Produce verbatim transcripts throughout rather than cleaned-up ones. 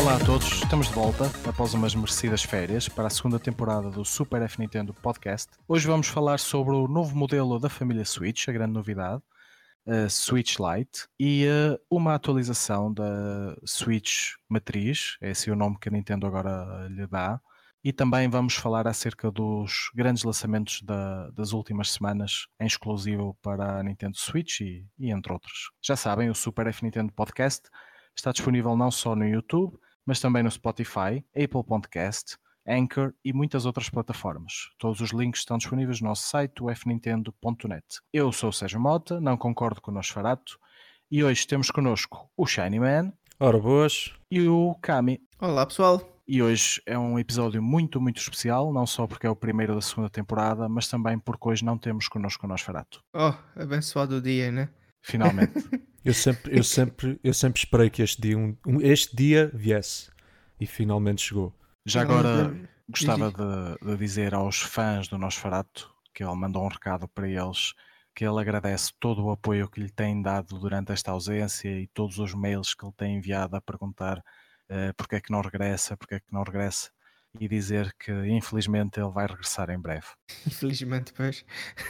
Olá a todos, estamos de volta após umas merecidas férias para a segunda temporada do Super F Nintendo Podcast. Hoje vamos falar sobre o novo modelo da família Switch, a grande novidade, a Switch Lite, e uh, uma atualização da Switch Matriz, é esse o nome que a Nintendo agora lhe dá, e também vamos falar acerca dos grandes lançamentos da, das últimas semanas em exclusivo para a Nintendo Switch e, e entre outros. Já sabem, o Super F Nintendo Podcast está disponível não só no YouTube, mas também no Spotify, Apple Podcast, Anchor e muitas outras plataformas. Todos os links estão disponíveis no nosso site, o f nintendo ponto net. Eu sou o Sérgio Mota, não concordo com o Nosferatu, e hoje temos connosco o Shiny Man. Ora boas. E o Kami. Olá pessoal. E hoje é um episódio muito, muito especial, não só porque é o primeiro da segunda temporada, mas também porque hoje não temos connosco o Nosferatu. Oh, abençoado o dia, né? Finalmente. Eu sempre, eu sempre, eu sempre esperei que este dia, um, este dia viesse e finalmente chegou. Já agora gostava de, de dizer aos fãs do Nosferatu que ele mandou um recado para eles, que ele agradece todo o apoio que lhe têm dado durante esta ausência e todos os mails que ele tem enviado a perguntar uh, porque é que não regressa, porque é que não regressa, e dizer que infelizmente ele vai regressar em breve. Infelizmente, pois.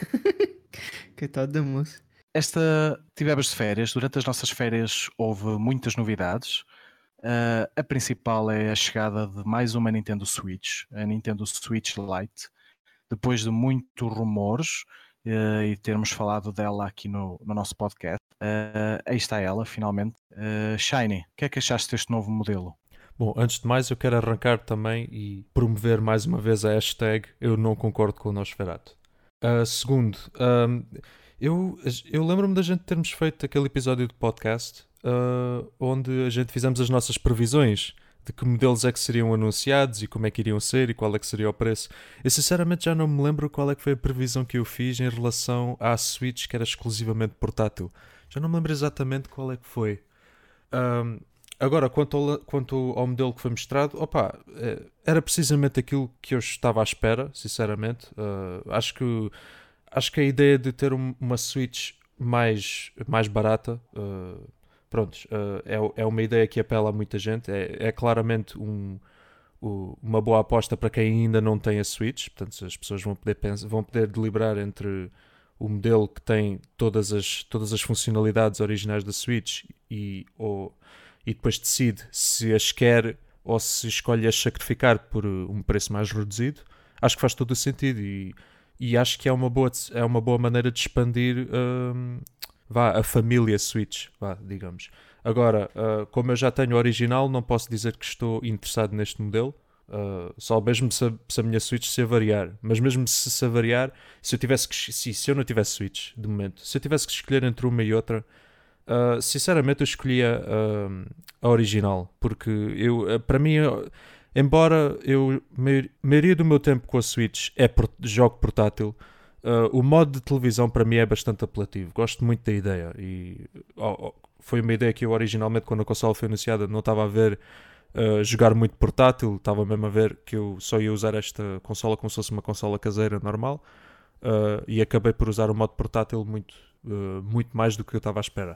Coitado da moça. Esta tivemos de férias. Durante as nossas férias houve muitas novidades. Uh, a principal é a chegada de mais uma Nintendo Switch, a Nintendo Switch Lite. Depois de muitos rumores uh, e termos falado dela aqui no, no nosso podcast, uh, aí está ela, finalmente. Uh, Shiny, o que é que achaste deste novo modelo? Bom, antes de mais eu quero arrancar também e promover mais uma vez a hashtag Eu não concordo com o Nosferatu. Uh, segundo, um, eu, eu lembro-me da gente termos feito aquele episódio de podcast uh, onde a gente fizemos as nossas previsões de que modelos é que seriam anunciados e como é que iriam ser e qual é que seria o preço. Eu sinceramente já não me lembro qual é que foi a previsão que eu fiz em relação à Switch que era exclusivamente portátil. Já não me lembro exatamente qual é que foi. Um, agora, quanto ao, quanto ao modelo que foi mostrado, opa, era precisamente aquilo que eu estava à espera, sinceramente. Uh, acho que acho que a ideia de ter um, uma Switch mais, mais barata, uh, pronto, uh, é, é uma ideia que apela a muita gente. É, é claramente um, um, uma boa aposta para quem ainda não tem a Switch. Portanto, as pessoas vão poder, pensar, vão poder deliberar entre o modelo que tem todas as, todas as funcionalidades originais da Switch e, ou, e depois decide se as quer ou se escolhe as sacrificar por um preço mais reduzido. Acho que faz todo o sentido e E acho que é uma boa, é uma boa maneira de expandir um, vá, a família Switch, vá, digamos. Agora, uh, como eu já tenho o original, não posso dizer que estou interessado neste modelo. Uh, só mesmo se a, se a minha Switch se avariar. Mas mesmo se se avariar, se eu, tivesse que, se, se eu não tivesse Switch, de momento, se eu tivesse que escolher entre uma e outra, uh, sinceramente eu escolhia uh, a original. Porque eu, uh, para mim... Eu, Embora eu, a maioria do meu tempo com a Switch é por, jogo portátil, uh, o modo de televisão para mim é bastante apelativo. Gosto muito da ideia e oh, oh, foi uma ideia que eu originalmente, quando a consola foi anunciada, não estava a ver uh, jogar muito portátil, estava mesmo a ver que eu só ia usar esta consola como se fosse uma consola caseira normal uh, e acabei por usar o modo portátil muito, uh, muito mais do que eu estava à espera.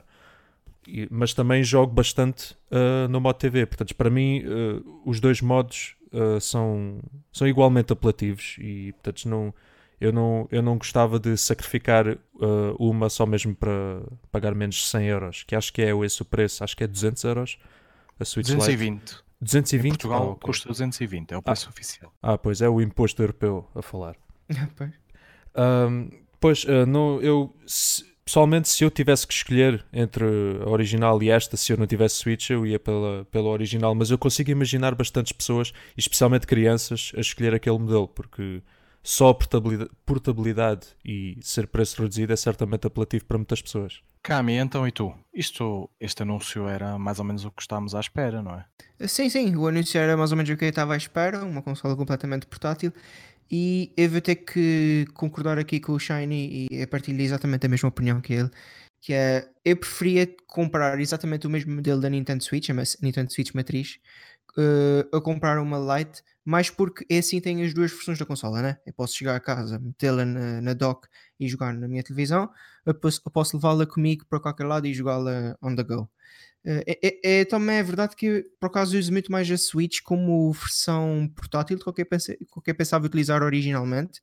E, mas também jogo bastante uh, no modo T V, portanto para mim uh, os dois modos uh, são, são igualmente apelativos e portanto não, eu, não, eu não gostava de sacrificar uh, uma só mesmo para pagar menos de cem euros, que acho que é esse o preço, acho que é duzentos euros a Switch duzentos e Lite. vinte. duzentos e vinte? Em Portugal ah, okay. Custa duzentos e vinte, é o preço ah. oficial. Ah, pois é o imposto europeu a falar. Pois, um, pois uh, não, eu... Se, Pessoalmente, se eu tivesse que escolher entre a original e esta, se eu não tivesse Switch, eu ia pela, pela original. Mas eu consigo imaginar bastantes pessoas, especialmente crianças, a escolher aquele modelo, porque só a portabilidade, portabilidade e ser preço reduzido é certamente apelativo para muitas pessoas. Cami, então e tu? Isto, este anúncio era mais ou menos o que estávamos à espera, não é? Sim, sim, o anúncio era mais ou menos o que eu estava à espera, uma consola completamente portátil. E eu vou ter que concordar aqui com o Shiny e eu partilho exatamente a mesma opinião que ele, que é, eu preferia comprar exatamente o mesmo modelo da Nintendo Switch, a Nintendo Switch Matriz, uh, a comprar uma Lite, mais porque é assim tenho as duas versões da consola, né? Eu posso chegar a casa, metê-la na, na dock e jogar na minha televisão, eu posso, eu posso levá-la comigo para qualquer lado e jogá-la on the go. Eh, É, é- é- também é verdade que por acaso uso muito mais a Switch como versão portátil do que eu pense- do que eu pensava utilizar originalmente,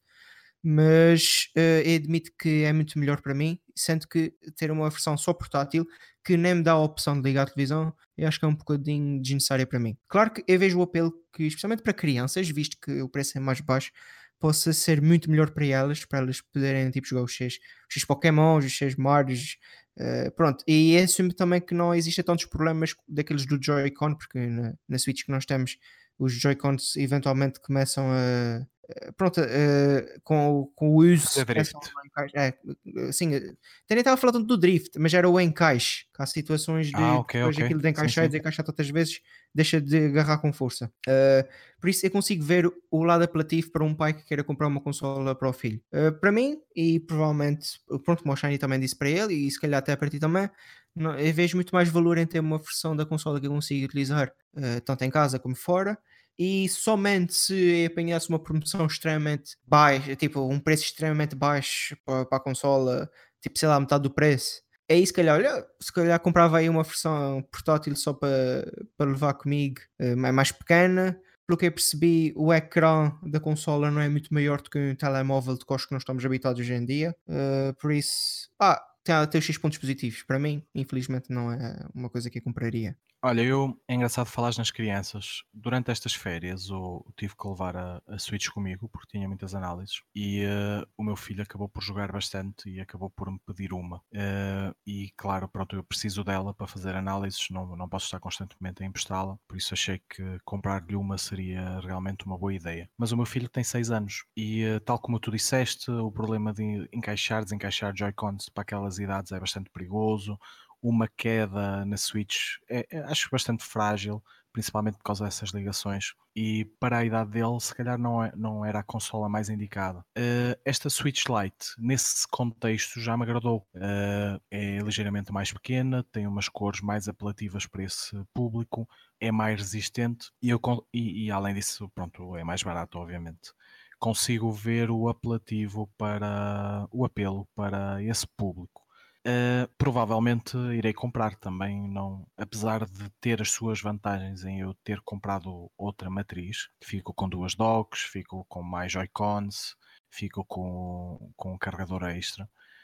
mas eh, eu admito que é muito melhor para mim, sendo que ter uma versão só portátil que nem me dá a opção de ligar a televisão, eu acho que é um bocadinho desnecessária para mim. Claro que eu vejo o apelo que, especialmente para crianças, visto que o preço é mais baixo, possa ser muito melhor para elas, para elas poderem tipo, jogar os seus, os seus Pokémons, os seus Marios, eh, pronto. E assumo também que não existem tantos problemas daqueles do Joy-Con, porque na, na Switch que nós temos, os Joy-Cons eventualmente começam a pronto, eh, com, o- com o uso Fazer drift. começam a encaixar- é, assim, eh, até nem estava falando do drift, mas era o encaixe, que há situações Ah, de ok, depois ok. aquilo de Sim, encaixar e sim. desencaixar tantas vezes deixa de agarrar com força. Eh, por isso eu consigo ver o lado apelativo para um pai que queira comprar uma consola para o filho. Eh, para mim, e provavelmente, pronto, como o Shiny também disse para ele, e se calhar até para ti também, não- eu vejo muito mais valor em ter uma versão da consola que eu consigo utilizar, eh, tanto em casa como fora, e somente se apanhasse uma promoção extremamente baixa, tipo um preço extremamente baixo para, para a consola, tipo sei lá, metade do preço. Aí se calhar, olha, se calhar comprava aí uma versão portátil só para, para levar comigo, eh, mais mais pequena. Pelo que eu percebi, o ecrã da consola não é muito maior do que um telemóvel de costas que nós estamos habituados hoje em dia. Eh, por isso, ah, tem, tem os seus pontos positivos. Para mim, infelizmente, não é uma coisa que eu compraria. Olha, eu, é engraçado falar nas crianças. Durante estas férias, eu tive que levar a, a Switch comigo porque tinha muitas análises e eh, o meu filho acabou por jogar bastante e acabou por me pedir uma. Eh, e claro, pronto, eu preciso dela para fazer análises, não, não posso estar constantemente a emprestá-la, por isso achei que comprar-lhe uma seria realmente uma boa ideia. Mas o meu filho tem seis anos e, eh, tal como tu disseste, o problema de encaixar, desencaixar Joy-Cons para aquelas idades é bastante perigoso. Uma queda na Switch é, é- acho bastante frágil, principalmente por causa dessas ligações. E para a idade dele, se calhar não, é- não era a consola mais indicada. Eh, esta Switch Lite, nesse contexto, já me agradou. Eh, é ligeiramente mais pequena, tem umas cores mais apelativas para esse público, é mais resistente e, eu, con- e, e além disso, pronto, é mais barato, obviamente. Consigo ver o apelativo para o apelo para esse público. Uh, provavelmente irei comprar também, não, apesar de ter as suas vantagens em eu ter comprado outra matriz, fico com duas docks, fico com mais Joy-Cons, fico com, com um carregador extra.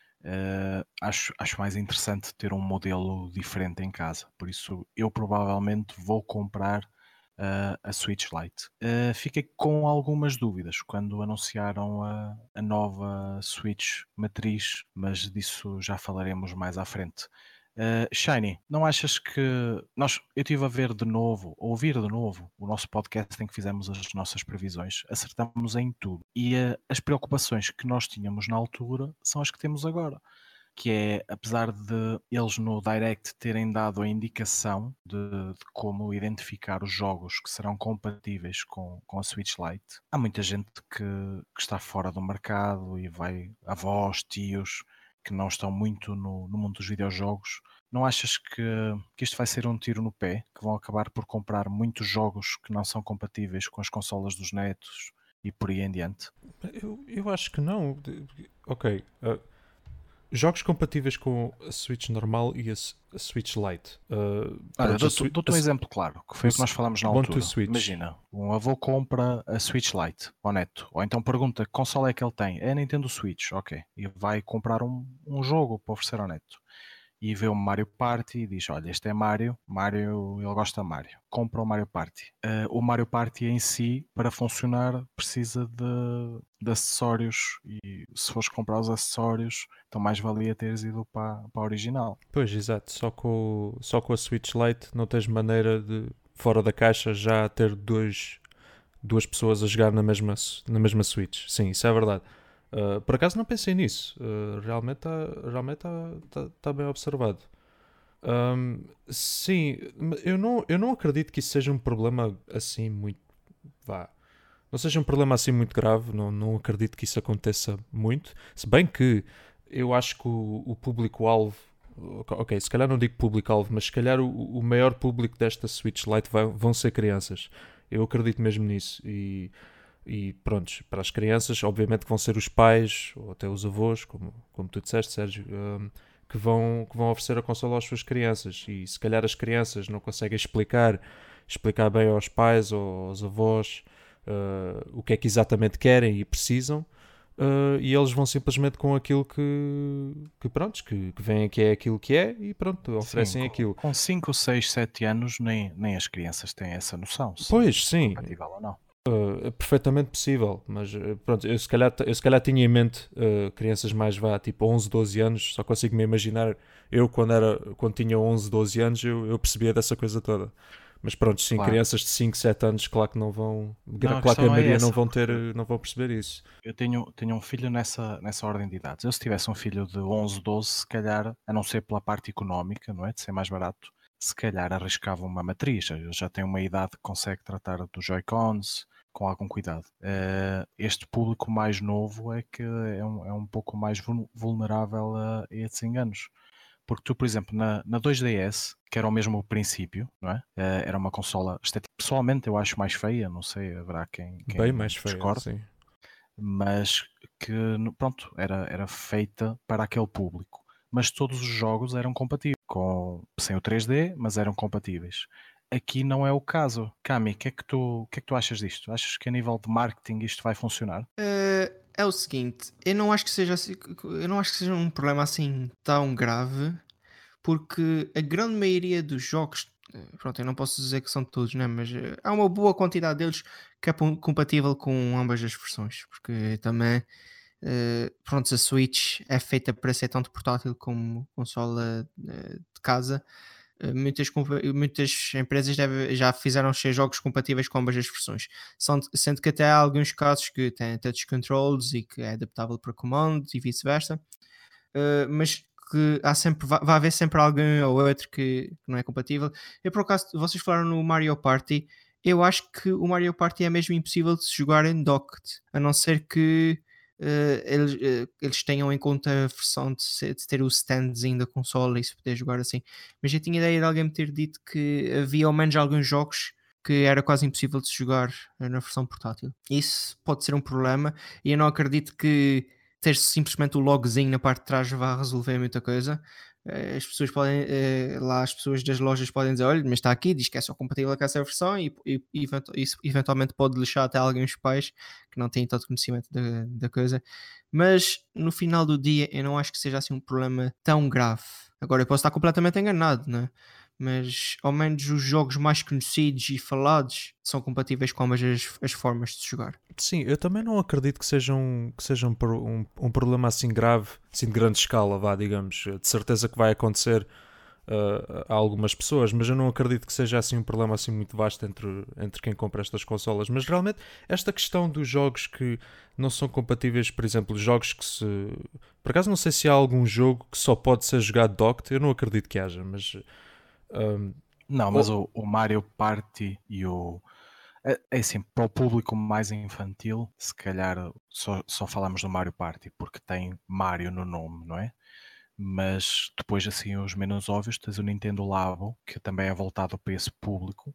Uh, acho, acho mais interessante ter um modelo diferente em casa, por isso eu provavelmente vou comprar uh, a Switch Lite. Uh, fiquei com algumas dúvidas quando anunciaram a, a nova Switch matriz, mas disso já falaremos mais à frente. Uh, Shiny, não achas que nós, eu estive a ver de novo, a ouvir de novo o nosso podcast em que fizemos as nossas previsões, acertamos em tudo e uh, as preocupações que nós tínhamos na altura são as que temos agora, que é, apesar de eles no Direct terem dado a indicação de, de como identificar os jogos que serão compatíveis com, com a Switch Lite, há muita gente que, que está fora do mercado e vai, avós, tios, que não estão muito no, no mundo dos videojogos. Não achas que, que isto vai ser um tiro no pé? Que vão acabar por comprar muitos jogos que não são compatíveis com as consolas dos netos e por aí em diante? Eu, eu acho que não. Ok. Uh, jogos compatíveis com a Switch normal e a, a Switch Lite. Uh, Olha, pronto, a dou-te Swi- dou-te a um S- exemplo claro, que foi o que nós falamos na One to altura. Switch. Imagina, um avô compra a Switch Lite ao neto, ou então pergunta que console é que ele tem. É a Nintendo Switch, ok. E vai comprar um, um jogo para oferecer ao neto. E vê o Mario Party e diz, olha, este é Mario, Mario, ele gosta de Mario. Compra o Mario Party. Uh, o Mario Party em si, para funcionar, precisa de, de acessórios e se fores comprar os acessórios, então mais valia teres ido para, para a original. Pois, exato. Só com, o- só com a Switch Lite não tens maneira de, fora da caixa, já ter dois, duas pessoas a jogar na mesma, s- na mesma Switch. Sim, isso é verdade. Uh, por acaso não pensei nisso. Uh, realmente está realmente tá, tá, tá bem observado. Um, sim, ma- eu não, eu não acredito que isso seja um problema assim muito. Vá. Não seja um problema assim muito grave. Não, não acredito que isso aconteça muito. Se bem que eu acho que o, o público-alvo. Ok, se calhar não digo público-alvo, mas se calhar o, o maior público desta Switch Lite vai- vão ser crianças. Eu acredito mesmo nisso. E, e pronto, para as crianças, obviamente que vão ser os pais ou até os avós, como, como tu disseste, Sérgio, um, que, vão, que vão oferecer a consola às suas crianças. E se calhar as crianças não conseguem explicar, explicar bem aos pais ou aos avós uh, o que é que exatamente querem e precisam. Uh, e eles vão simplesmente com aquilo que, que pronto, que, que veem que é aquilo que é e pronto, oferecem sim, aquilo. Com cinco, seis, sete anos nem, nem as crianças têm essa noção se Pois, é sim, compatível ou não. uh, é perfeitamente possível, mas uh, pronto, eu se calhar, eu se calhar tinha em mente uh, crianças mais vá, tipo onze, doze anos, só consigo me imaginar, eu quando, era, quando tinha onze, doze anos eu, eu percebia dessa coisa toda. Mas pronto, sim, Claro. crianças de cinco, sete anos, claro que não vão, Não, a claro que a questão é maioria essa, não vão ter, porque não vão perceber isso. eu tenho, tenho um filho nessa, nessa ordem de idades. Eu se tivesse um filho de onze, doze, se calhar, a não ser pela parte económica, não é? De ser mais barato, se calhar arriscava uma matriz. Ele já tem uma idade que consegue tratar dos Joy-Cons com algum cuidado. Eh, este público mais novo é que é um, é um pouco mais vul- vulnerável a, a esses enganos. Porque tu, por exemplo, na, na dois D S, que era o mesmo princípio, não é? Eh, era uma consola estética. Pessoalmente eu acho mais feia, não sei, haverá quem, quem Bem mais feio, discorde, sim. mas que, no- pronto, era, era feita para aquele público. Mas todos os jogos eram compatíveis, com, sem o três D, mas eram compatíveis. Aqui não é o caso. Cami, o que é que tu, o que é que tu achas disto? Achas que a nível de marketing isto vai funcionar? Uh, é o seguinte, eu não acho que seja assim, eu não acho que seja um problema assim tão grave, porque a grande maioria dos jogos, eh, pronto, eu não posso dizer que são todos, né? Mas eh, há uma boa quantidade deles que é pon- compatível com ambas as versões, porque também, eh, pronto, a Switch é feita para ser tanto portátil como consola eh, de casa. Eh, Muitas, compa- muitas empresas deve- já fizeram ser jogos compatíveis com ambas as versões, São- sendo que até há alguns casos que têm touch controls e que é adaptável para comandos e vice-versa. Uh, mas que há sempre, vai, vai haver sempre alguém ou outro que, que não é compatível. Eu, por acaso, vocês falaram no Mario Party, eu acho que o Mario Party é mesmo impossível de se jogar em docked, a não ser que uh, eles, uh, eles tenham em conta a versão de, ser- de ter o standzinho da consola e se poder jogar assim. Mas eu tinha ideia de alguém me ter dito que havia ao menos alguns jogos que era quase impossível de se jogar uh, na versão portátil. Isso pode ser um problema e eu não acredito que ter simplesmente o logzinho na parte de trás vai resolver muita coisa. Eh, As pessoas podem, eh, lá as pessoas das lojas podem dizer, olha, mas está aqui, diz que é só compatível com essa versão e, e, e eventu- isso eventualmente pode deixar até alguns pais que não têm tanto conhecimento da, da coisa. Mas no final do dia eu não acho que seja assim um problema tão grave. Agora eu posso estar completamente enganado, né? Mas ao menos os jogos mais conhecidos e falados são compatíveis com ambas as, as formas de se jogar. Sim, eu também não acredito que seja um, que seja um, pro- um, um problema assim grave, assim de grande escala, vá, digamos. De certeza que vai acontecer uh, a algumas pessoas, mas eu não acredito que seja assim um problema assim muito vasto entre, entre quem compra estas consolas. Mas realmente, esta questão dos jogos que não são compatíveis, por exemplo, jogos que se... Por acaso não sei se há algum jogo que só pode ser jogado docked, eu não acredito que haja, mas... um, Não, mas oh, o, o Mario Party e o. É, é assim, para o público mais infantil, se calhar só, só falamos do Mario Party porque tem Mario no nome, não é? Mas depois, assim, os menos óbvios, tens o Nintendo Labo, que também é voltado para esse público,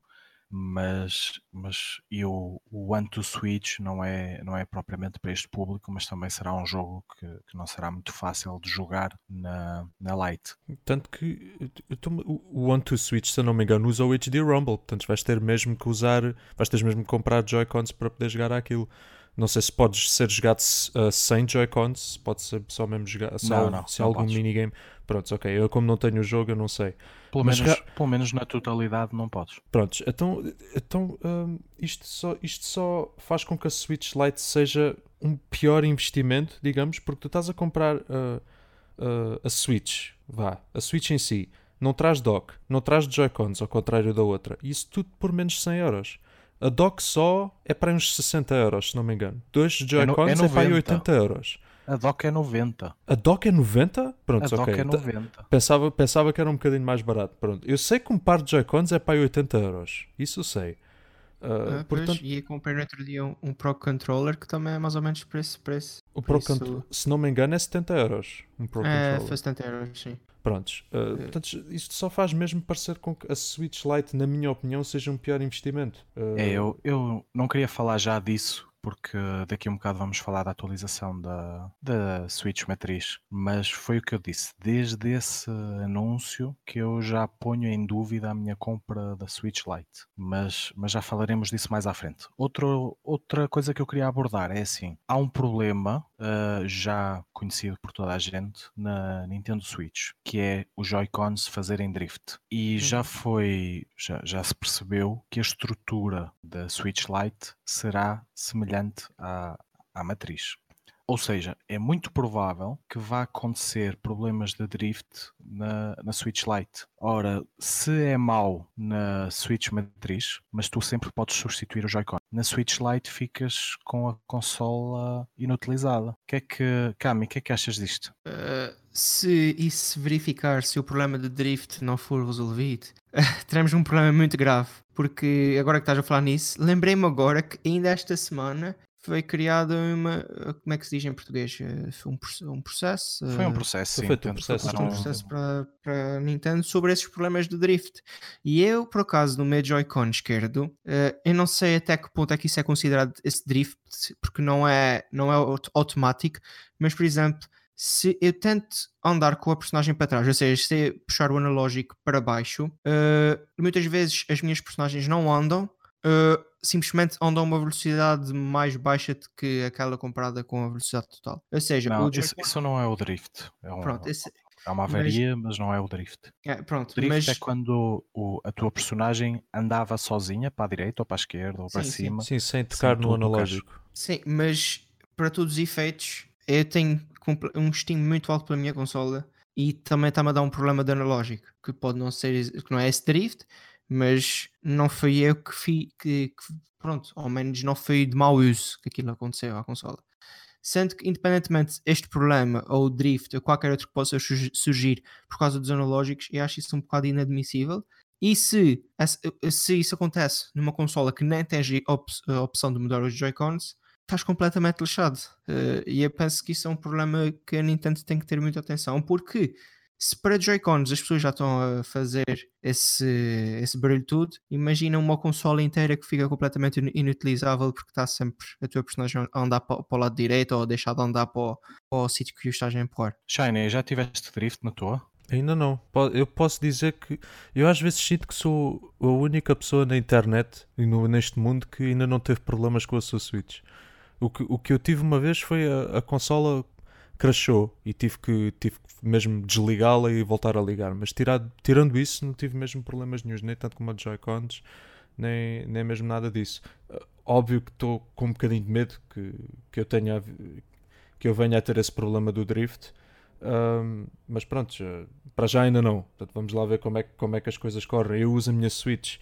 mas, mas e o, o One to Switch não é, não é propriamente para este público, mas também será um jogo que, que não será muito fácil de jogar na, na Lite. Tanto que eu tô- o o One to Switch, se eu não me engano, usa o H D Rumble. Portanto, vais ter mesmo que usar, vais ter mesmo que comprar Joy-Cons para poder jogar aquilo. Não sei se podes ser jogado uh, sem Joy-Cons, pode ser só mesmo jogar, se há, Não, al- não, se há não algum podes. minigame. Pronto, ok. Eu, como não tenho o jogo, eu não sei. Pelo Mas menos, rea- pelo menos na totalidade não podes. pronto, então, então hum, isto, só, isto só faz com que a Switch Lite seja um pior investimento, digamos, porque tu estás a comprar uh, uh, a Switch, vá, a Switch em si, não traz dock, não traz Joy-Cons, ao contrário da outra. E isso tudo por menos de cem euros. A dock só é para uns sessenta euros, se não me engano. Dois É, no, é Joy-Cons é para aí noventa. oitenta euros. A dock é noventa. A dock é noventa? A Pronto, dock ok. é noventa. Pensava, pensava que era um bocadinho mais barato. Pronto. Eu sei que um par de Joy-Cons é para aí oitenta euros. Isso eu sei. Uh, Ah, pois, portanto, e eu comprei no outro dia um, um Pro Controller que também é mais ou menos por esse preço. o Por Pro isso, Contro- se não me engano, é setenta euros. Um Pro é, Controller. foi setenta euros, sim. Prontos. Uh, portanto, isto só faz mesmo parecer com que a Switch Lite, na minha opinião, seja um pior investimento. Uh, É, eu, eu não queria falar já disso, porque daqui a um bocado vamos falar da atualização da, da Switch Matriz, mas foi o que eu disse, desde esse anúncio que eu já ponho em dúvida a minha compra da Switch Lite, mas, mas já falaremos disso mais à frente. Outro, outra coisa que eu queria abordar é assim, há um problema uh, já conhecido por toda a gente na Nintendo Switch, que é os Joy-Cons fazerem drift, e já foi, já, já se percebeu que a estrutura da Switch Lite será semelhante À, à matriz. Ou seja, é muito provável que vá acontecer problemas de drift na, na Switch Lite. Ora, se é mau na Switch matriz, mas tu sempre podes substituir o Joy-Con, na Switch Lite ficas com a consola inutilizada. O que é que, Cami, o que é que achas disto? Uh, se isso verificar, se o problema de drift não for resolvido, teremos um problema muito grave. Porque agora que estás a falar nisso, lembrei-me agora que ainda esta semana foi criada uma, como é que se diz em português? Um, um processo? Foi um processo, foi sim. feito um processo, um processo para, para a Nintendo sobre esses problemas de drift. E eu, por acaso, no meu Joy-Con esquerdo, uh, eu não sei até que ponto é que isso é considerado esse drift, porque não é, não é automático, mas, por exemplo, se eu tento andar com a personagem para trás, ou seja, se eu puxar o analógico para baixo, uh, muitas vezes as minhas personagens não andam, uh, simplesmente andam a uma velocidade mais baixa do que aquela comparada com a velocidade total. Ou seja, não, o isso, isso não é o drift. É, um, pronto, esse... é uma avaria, mas... mas não é o drift. É, pronto, drift mas... é quando o, a tua personagem andava sozinha para a direita ou para a esquerda ou sim, para sim. cima. Sim, sem tocar sem no analógico. Sim, mas para todos os efeitos, eu tenho um estímulo muito alto pela minha consola e também está-me a dar um problema de analógico, que pode não ser, que não é esse drift, mas não foi eu que fiz, que, que, pronto, ao menos não foi de mau uso que aquilo aconteceu à consola. Sendo que, independentemente este problema ou drift ou qualquer outro que possa surgir por causa dos analógicos, eu acho isso um bocado inadmissível. E se, se isso acontece numa consola que nem tem a opção de mudar os Joy-Cons, estás completamente lixado. Uh, e eu penso que isso é um problema que a Nintendo tem que ter muita atenção, porque se para Joy-Cons as pessoas já estão a fazer esse, esse barulho tudo, imagina uma consola inteira que fica completamente inutilizável porque está sempre a tua personagem a andar para, para o lado direito ou a deixar de andar para o, para o sítio que o estás a empurrar. Shiny, já tiveste drift na tua? Ainda não. Eu posso dizer que eu às vezes sinto que sou a única pessoa na internet e no, neste mundo que ainda não teve problemas com a sua Switch. O que, o que eu tive uma vez foi a, a consola crashou e tive que, tive que mesmo desligá-la e voltar a ligar. Mas tirado, tirando isso, não tive mesmo problemas nenhum, nem tanto como a Joy-Cons, nem, nem mesmo nada disso. Óbvio que estou com um bocadinho de medo que, que, eu tenha, que eu venha a ter esse problema do drift. Um, mas pronto, já, para já ainda não. Portanto, vamos lá ver como é, como é que as coisas correm. Eu uso a minha Switch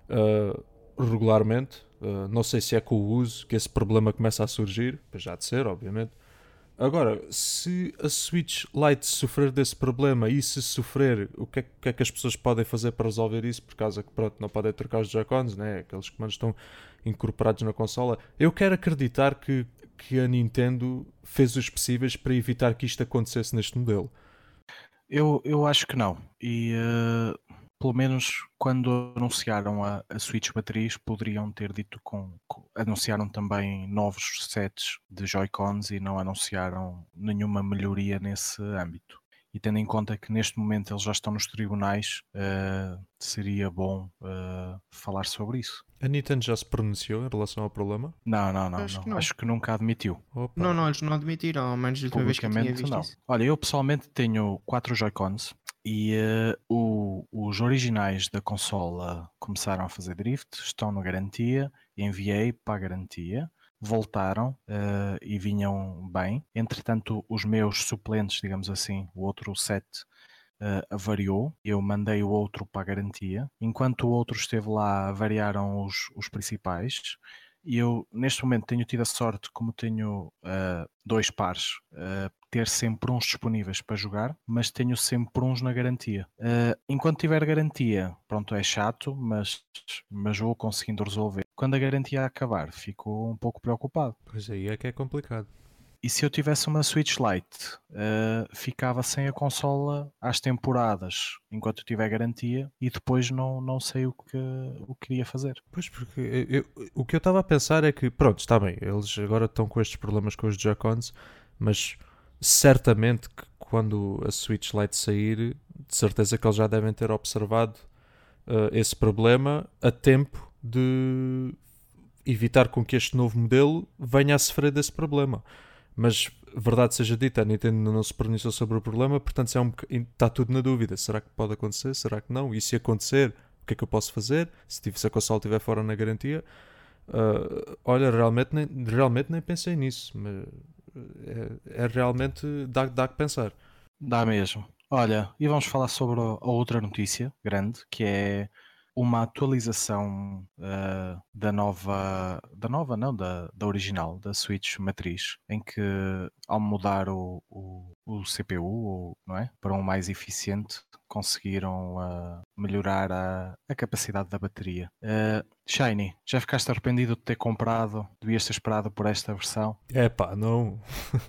uh, regularmente. Uh, não sei se é com o uso que esse problema começa a surgir, pois já de ser, obviamente. Agora, se a Switch Lite sofrer desse problema e se sofrer, o que é, o que é que as pessoas podem fazer para resolver isso? Por causa que pronto, não podem trocar os Joy-Cons, né? Aqueles comandos estão incorporados na consola. Eu quero acreditar que, que a Nintendo fez os possíveis para evitar que isto acontecesse neste modelo. Eu, eu acho que não. E uh, pelo menos quando anunciaram a, a Switch Matriz, poderiam ter dito com, com. Anunciaram também novos sets de Joy-Cons e não anunciaram nenhuma melhoria nesse âmbito. E tendo em conta que neste momento eles já estão nos tribunais, uh, seria bom uh, falar sobre isso. A Nintendo já se pronunciou em relação ao problema? Não, não, não. Acho não. que não. Acho que nunca admitiu. Opa. Não, não, eles não admitiram, ao menos da última vez que eu tinha visto não. isso. Olha, eu pessoalmente tenho quatro Joy-Cons e uh, o, os originais da consola começaram a fazer drift, estão na garantia, enviei para a garantia. Voltaram uh, e vinham bem. Entretanto, os meus suplentes, digamos assim, o outro set uh, avariou. Eu mandei o outro para a garantia. Enquanto o outro esteve lá, variaram os, os principais. E eu, neste momento, tenho tido a sorte, como tenho uh, dois pares, uh, ter sempre uns disponíveis para jogar, mas tenho sempre uns na garantia. Uh, enquanto tiver garantia, pronto, é chato, mas, mas vou conseguindo resolver. Quando a garantia acabar, fico um pouco preocupado. Pois aí é que é complicado. e se eu tivesse uma Switch Lite, uh, ficava sem a consola às temporadas, enquanto eu tiver garantia, e depois não, não sei o que, o que iria fazer. Pois, porque eu, eu, o que eu estava a pensar é que, pronto, está bem, eles agora estão com estes problemas com os Joy-Cons, mas certamente que quando a Switch Lite sair, de certeza que eles já devem ter observado uh, esse problema a tempo de evitar com que este novo modelo venha a sofrer desse problema. Mas, verdade seja dita, a Nintendo não se pronunciou sobre o problema, portanto é um, está tudo na dúvida. Será que pode acontecer? Será que não? E se acontecer, o que é que eu posso fazer? Se, se a consola estiver fora na garantia? Uh, olha, realmente nem, realmente nem pensei nisso, mas é, é realmente dá, dá que pensar. Dá mesmo. Olha, e vamos falar sobre a outra notícia grande, que é uma atualização uh, da nova, da nova não, da, da original, da Switch matriz, em que ao mudar o, o, o C P U, não é, para um mais eficiente, conseguiram uh, melhorar a, a capacidade da bateria. Uh, Shiny, já ficaste arrependido de ter comprado? Devias ter esperado por esta versão? É pá, não...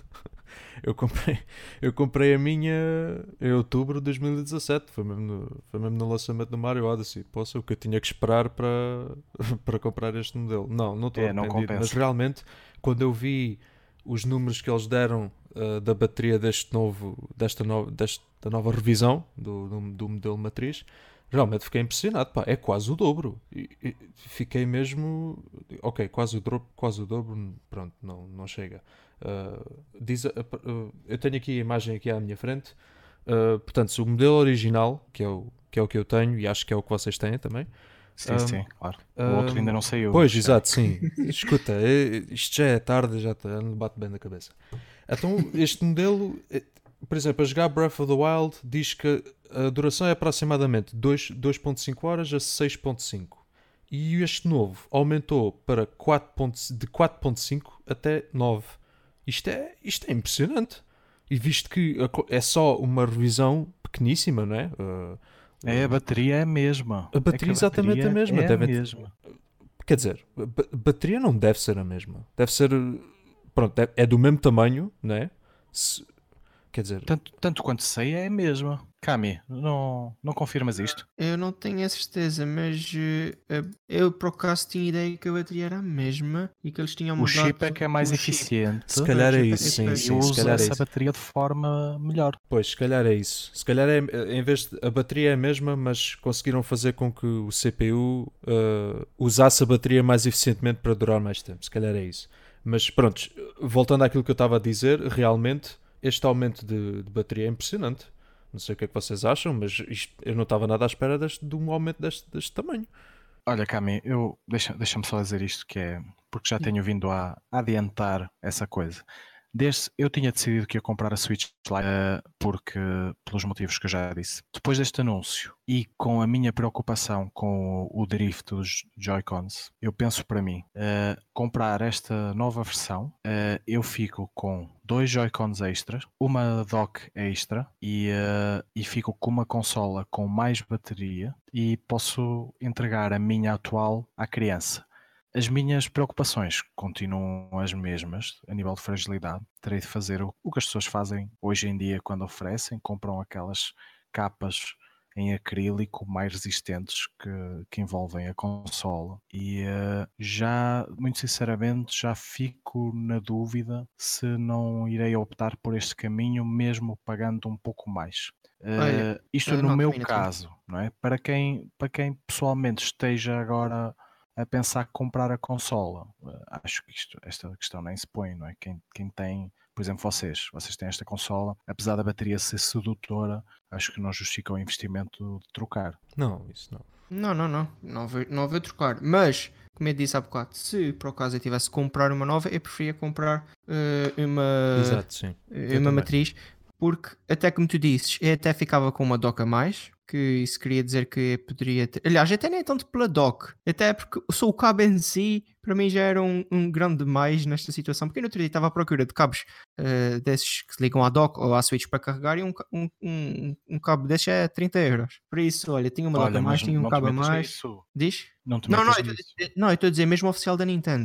Eu comprei, eu comprei a minha em outubro de dois mil e dezassete, foi mesmo no, foi mesmo no lançamento do Mario Odyssey. Poxa, o que eu tinha que esperar para, para comprar este modelo. Não, não estou É, arrependido, não compensa. mas realmente quando eu vi os números que eles deram uh, da bateria deste novo, desta, no, desta nova revisão do, do, do modelo matriz, realmente fiquei impressionado. Pá, é quase o dobro. E, e, fiquei mesmo... Ok, quase o dobro, quase o dobro, pronto, não, não chega. Uh, diz, uh, uh, eu tenho aqui a imagem aqui à minha frente. Uh, portanto, se o modelo original, que é o, que é o que eu tenho, e acho que é o que vocês têm também. Sim, um, sim, claro. O um, outro ainda não saiu. Pois, exato, sim. Escuta, isto já é tarde, já me bate bem na cabeça. Então, este modelo, por exemplo, a jogar Breath of the Wild, diz que a duração é aproximadamente dois vírgula cinco horas a seis vírgula cinco. E este novo aumentou para quatro, de quatro vírgula cinco até nove. Isto é, isto é impressionante. E visto que é só uma revisão pequeníssima, não é? Uh, é, a bateria é a mesma. A bateria é exatamente a mesma. É deve a mesma. Quer dizer, a bateria não deve ser a mesma. Deve ser... Pronto, é do mesmo tamanho, não é? Se, quer dizer... Tanto, tanto quanto sei, é a mesma. Cami, não, não confirmas isto? Eu não tenho a certeza, mas uh, eu por acaso tinha ideia que a bateria era a mesma e que eles tinham o mudado... O chip é que é mais eficiente. Se calhar é isso, sim, e sim. usa se calhar essa é isso. bateria de forma melhor. Pois, se calhar é isso. Se calhar é, em vez de, a bateria é a mesma, mas conseguiram fazer com que o C P U uh, usasse a bateria mais eficientemente para durar mais tempo. Se calhar é isso. Mas pronto, voltando àquilo que eu estava a dizer, realmente este aumento de, de bateria é impressionante. Não sei o que é que vocês acham, mas isto, eu não estava nada à espera deste, de um aumento deste, deste tamanho. Olha, Cami, eu, deixa, deixa-me só dizer isto, que é porque já tenho vindo a, a adiantar essa coisa. Desde, eu tinha decidido que ia comprar a Switch Lite uh, porque, pelos motivos que eu já disse. Depois deste anúncio e com a minha preocupação com o, o drift dos Joy-Cons, eu penso para mim, uh, comprar esta nova versão, uh, eu fico com dois Joy-Cons extras, uma dock extra e, uh, e fico com uma consola com mais bateria e posso entregar a minha atual à criança. As minhas preocupações continuam as mesmas a nível de fragilidade. Terei de fazer o, o que as pessoas fazem hoje em dia quando oferecem, compram aquelas capas em acrílico mais resistentes que, que envolvem a consola. E uh, já, muito sinceramente, já fico na dúvida se não irei optar por este caminho, mesmo pagando um pouco mais. Uh, Olha, isto uh, no não, meu termina, caso, não é? Para quem, para quem pessoalmente esteja agora a pensar comprar a consola, acho que isto, esta questão nem se põe, não é? Quem, quem tem, por exemplo, vocês, vocês têm esta consola, apesar da bateria ser sedutora, acho que não justifica o investimento de trocar. Não, isso não. Não, não, não, não vou, não vou trocar, mas, como eu disse há bocado, se por acaso eu tivesse que comprar uma nova, eu preferia comprar uh, uma, Exato, sim. Uh, uma matriz, porque até como tu disses, eu até ficava com uma dock a mais, que isso queria dizer que eu poderia ter... Aliás, até nem tanto pela dock, até porque só o cabo em si, para mim já era um, um grande demais nesta situação, porque eu no outro dia estava à procura de cabos uh, desses que se ligam à dock ou à Switch para carregar e um, um, um, um cabo desses é trinta euros. Por isso, olha, tinha uma dock olha, a mais, tinha um cabo a mais. Nisso. Diz? Não te não, não, metas eu tô, não, eu estou a dizer mesmo oficial da Nintendo.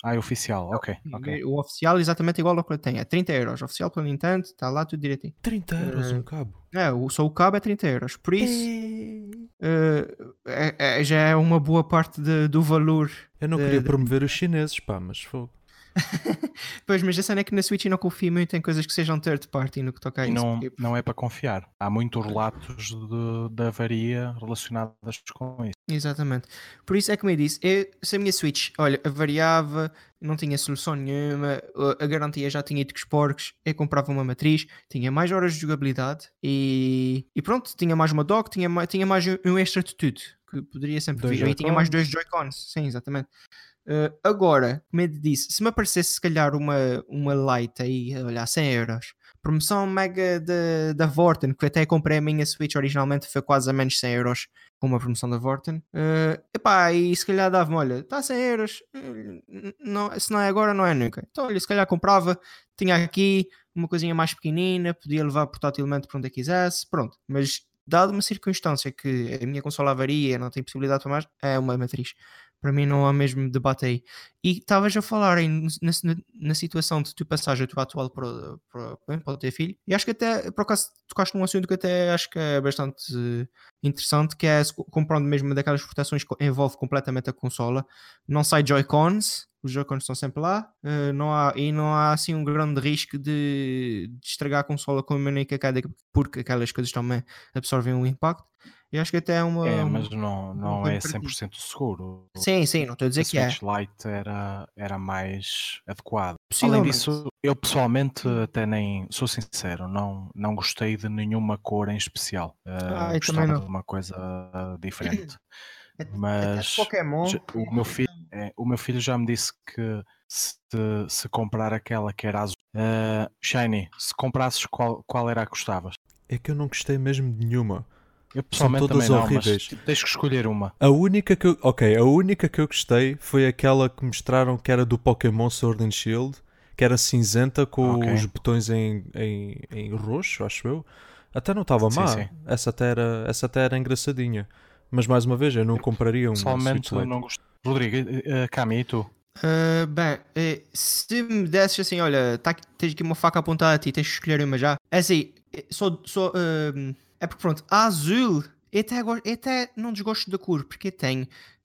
Ah, é oficial, ok, ok. O oficial é exatamente igual ao que eu tenho. É trinta euros. Oficial pela Nintendo, está lá tudo direitinho. trinta euros um Uh, cabo. é, o, só o cabo é trinta euros. Por isso, Ei. uh, é, é, já é uma boa parte de, do valor. Eu não de, queria de... promover os chineses, pá, mas fogo. Pois, mas a cena é que na Switch eu não confio muito em coisas que sejam third party no que toca a E isso. não, Porque... não é para confiar. Há muitos relatos de, de avaria relacionadas com isso. Exatamente. Por isso é que me disse, eu, se a minha Switch, olha, variava, não tinha solução nenhuma, a garantia já tinha ido com os porcos, eu comprava uma matriz, tinha mais horas de jogabilidade e, e pronto, tinha mais uma dock, tinha mais, tinha mais um extra de tudo, que poderia sempre Dois vir. E tinha mais Joy-Cons. dois Joy-Cons, sim, exatamente. Uh, agora, como eu disse, se me aparecesse se calhar uma, uma Lite aí, olha, cem euros, promoção mega de, da Vorten, que eu até comprei a minha Switch originalmente, foi quase a menos cem euros com uma promoção da Vorten. Uh, epá, e se calhar dava-me, olha, está cem euros, não, se não é agora, não é nunca. Então, olha, se calhar comprava, tinha aqui uma coisinha mais pequenina, podia levar portátilmente para onde eu quisesse, pronto. Mas, dado uma circunstância que a minha consola avaria, não tem possibilidade para mais, é uma matriz. Para mim não há mesmo debate aí. E estavas a falar em, na, na situação de tu passares a tua atual para, para, para o teu filho, e acho que até, por acaso, tocaste num assunto que até acho que é bastante uh, interessante, que é comprando mesmo uma daquelas proteções que envolve completamente a consola. Não sai Joy-Cons, os Joy-Cons estão sempre lá, uh, não há, e não há assim um grande risco de, de estragar a consola com a única queda, porque aquelas coisas também absorvem o impacto. E acho que até é uma... É, uma mas não, não é cem por cento seguro. Sim, sim, não estou a dizer A que é. Switch Lite era, era mais adequado. Além Possivelmente. disso, eu pessoalmente até nem, sou sincero, não, não gostei de nenhuma cor em especial. Uh, Ah, eu também gostava não. de uma coisa diferente. Até Mas Pokémon. já- o meu filho, é, o meu filho já me disse que se, se comprar aquela que era azul, uh, Shiny, se comprasses qual, qual era a que gostavas? É que eu não gostei mesmo de nenhuma. Eu São pessoalmente todas também não, horríveis. mas tipo, tens que escolher uma. A única que eu, ok, a única que eu gostei foi aquela que mostraram que era do Pokémon Sword and Shield, que era cinzenta com Ok. os botões em, em, em roxo, acho eu. Até não estava Sim, má. sim. Essa até era, essa até era engraçadinha. Mas mais uma vez, eu não compraria uma Pessoalmente Switch Lite. não gostei. Rodrigo, uh, Cami, e tu? Ah, bem, eh, se me desses assim, olha, tá aqui- tens aqui uma faca apontada a ti, tens que escolher uma já. É assim, eh, só, só, ah, é porque pronto, a azul, eu até, go- eu até não desgosto da cor, porque eu tenho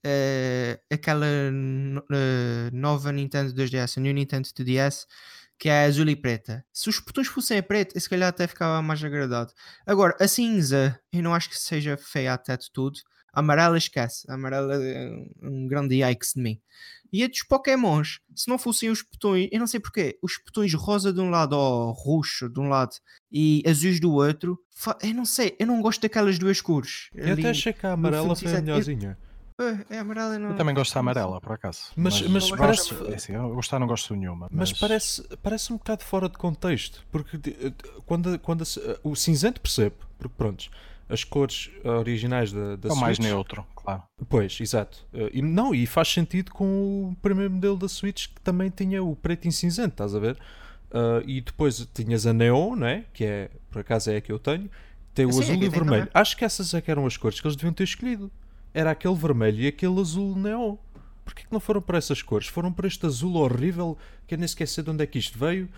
eh, aquela no- eh, nova Nintendo dois D S, a New Nintendo dois D S, que é azul e preta. Se os botões fossem a preto, eu se calhar até ficava mais agradado. Agora, a cinza, eu não acho que seja feia até de tudo. A amarela esquece, a amarela é um um grande yikes de mim. E a dos Pokémons, se não fossem os botões, eu não sei porquê, os botões rosa de um lado ou roxo de um lado e azuis do outro, fa- eu não sei, eu não gosto daquelas duas cores. Eu até achei que a amarela foi a melhorzinha. É, é amarela, eu não. Eu também gosto da amarela, por acaso. Mas- mas Não parece- gosto é assim, eu gostar não gosto de nenhuma. Mas Mas, parece, parece um bocado fora de contexto. Porque de- de- quando, quando a- o cinzento percebo, porque pronto, as cores originais da, da é o mais Switch. neutro, claro. Pois, exato. Uh, E, não, e faz sentido com o primeiro modelo da Switch que também tinha o preto e cinzento, estás a ver? Uh, e depois tinhas a Neon, né? Que é, por acaso é a que eu tenho. Tem o Sim, azul é que e eu o tenho vermelho. também. Acho que essas é que eram as cores que eles deviam ter escolhido. Era aquele vermelho e aquele azul Neon. Porquê que não foram para essas cores? Foram para este azul horrível que eu nem esqueci de onde é que isto veio.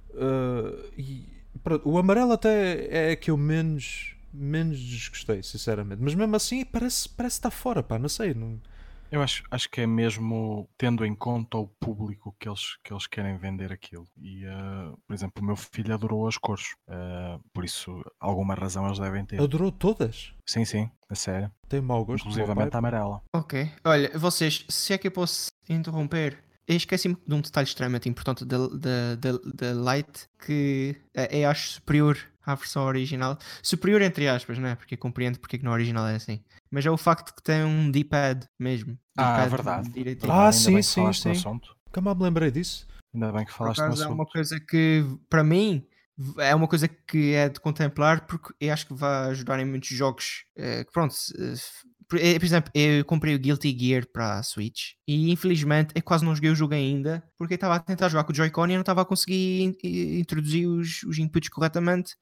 Uh, e pronto, o amarelo até é a que eu menos, menos desgostei, sinceramente. Mas mesmo assim parece, parece estar fora, pá, não sei. Não... Eu acho, acho que é mesmo tendo em conta o público que eles, que eles querem vender aquilo. E, uh, por exemplo, o meu filho adorou as cores. Uh, por isso, alguma razão eles devem ter. Adorou todas. Sim, sim, a sério. Tem mau gosto. meu Inclusivamente a pai. amarela. Ok. Olha, vocês, se é que eu posso interromper, eu esqueci-me de um detalhe extremamente importante da, da, da, da Lite que eh, eu acho superior à versão original. Superior entre aspas, não é? Porque eu compreendo porque é que no original é assim. Mas é o facto que tem um D-pad mesmo. Ah, D-pad verdade. direitinho. Ah, Ainda sim, bem que sim, falaste no sim. assunto. Nunca mais me lembrei disso. Ainda bem que Por falaste no acaso é assunto. uma coisa que, para mim, é uma coisa que é de contemplar porque eu acho que vai ajudar em muitos jogos. eh, que pronto, se- se- por, eh, por exemplo, eu comprei o Guilty Gear para a Switch e infelizmente eu quase não joguei o jogo ainda porque eu estava a tentar jogar com o Joy-Con e eu não estava a conseguir in- i- introduzir os, os inputs corretamente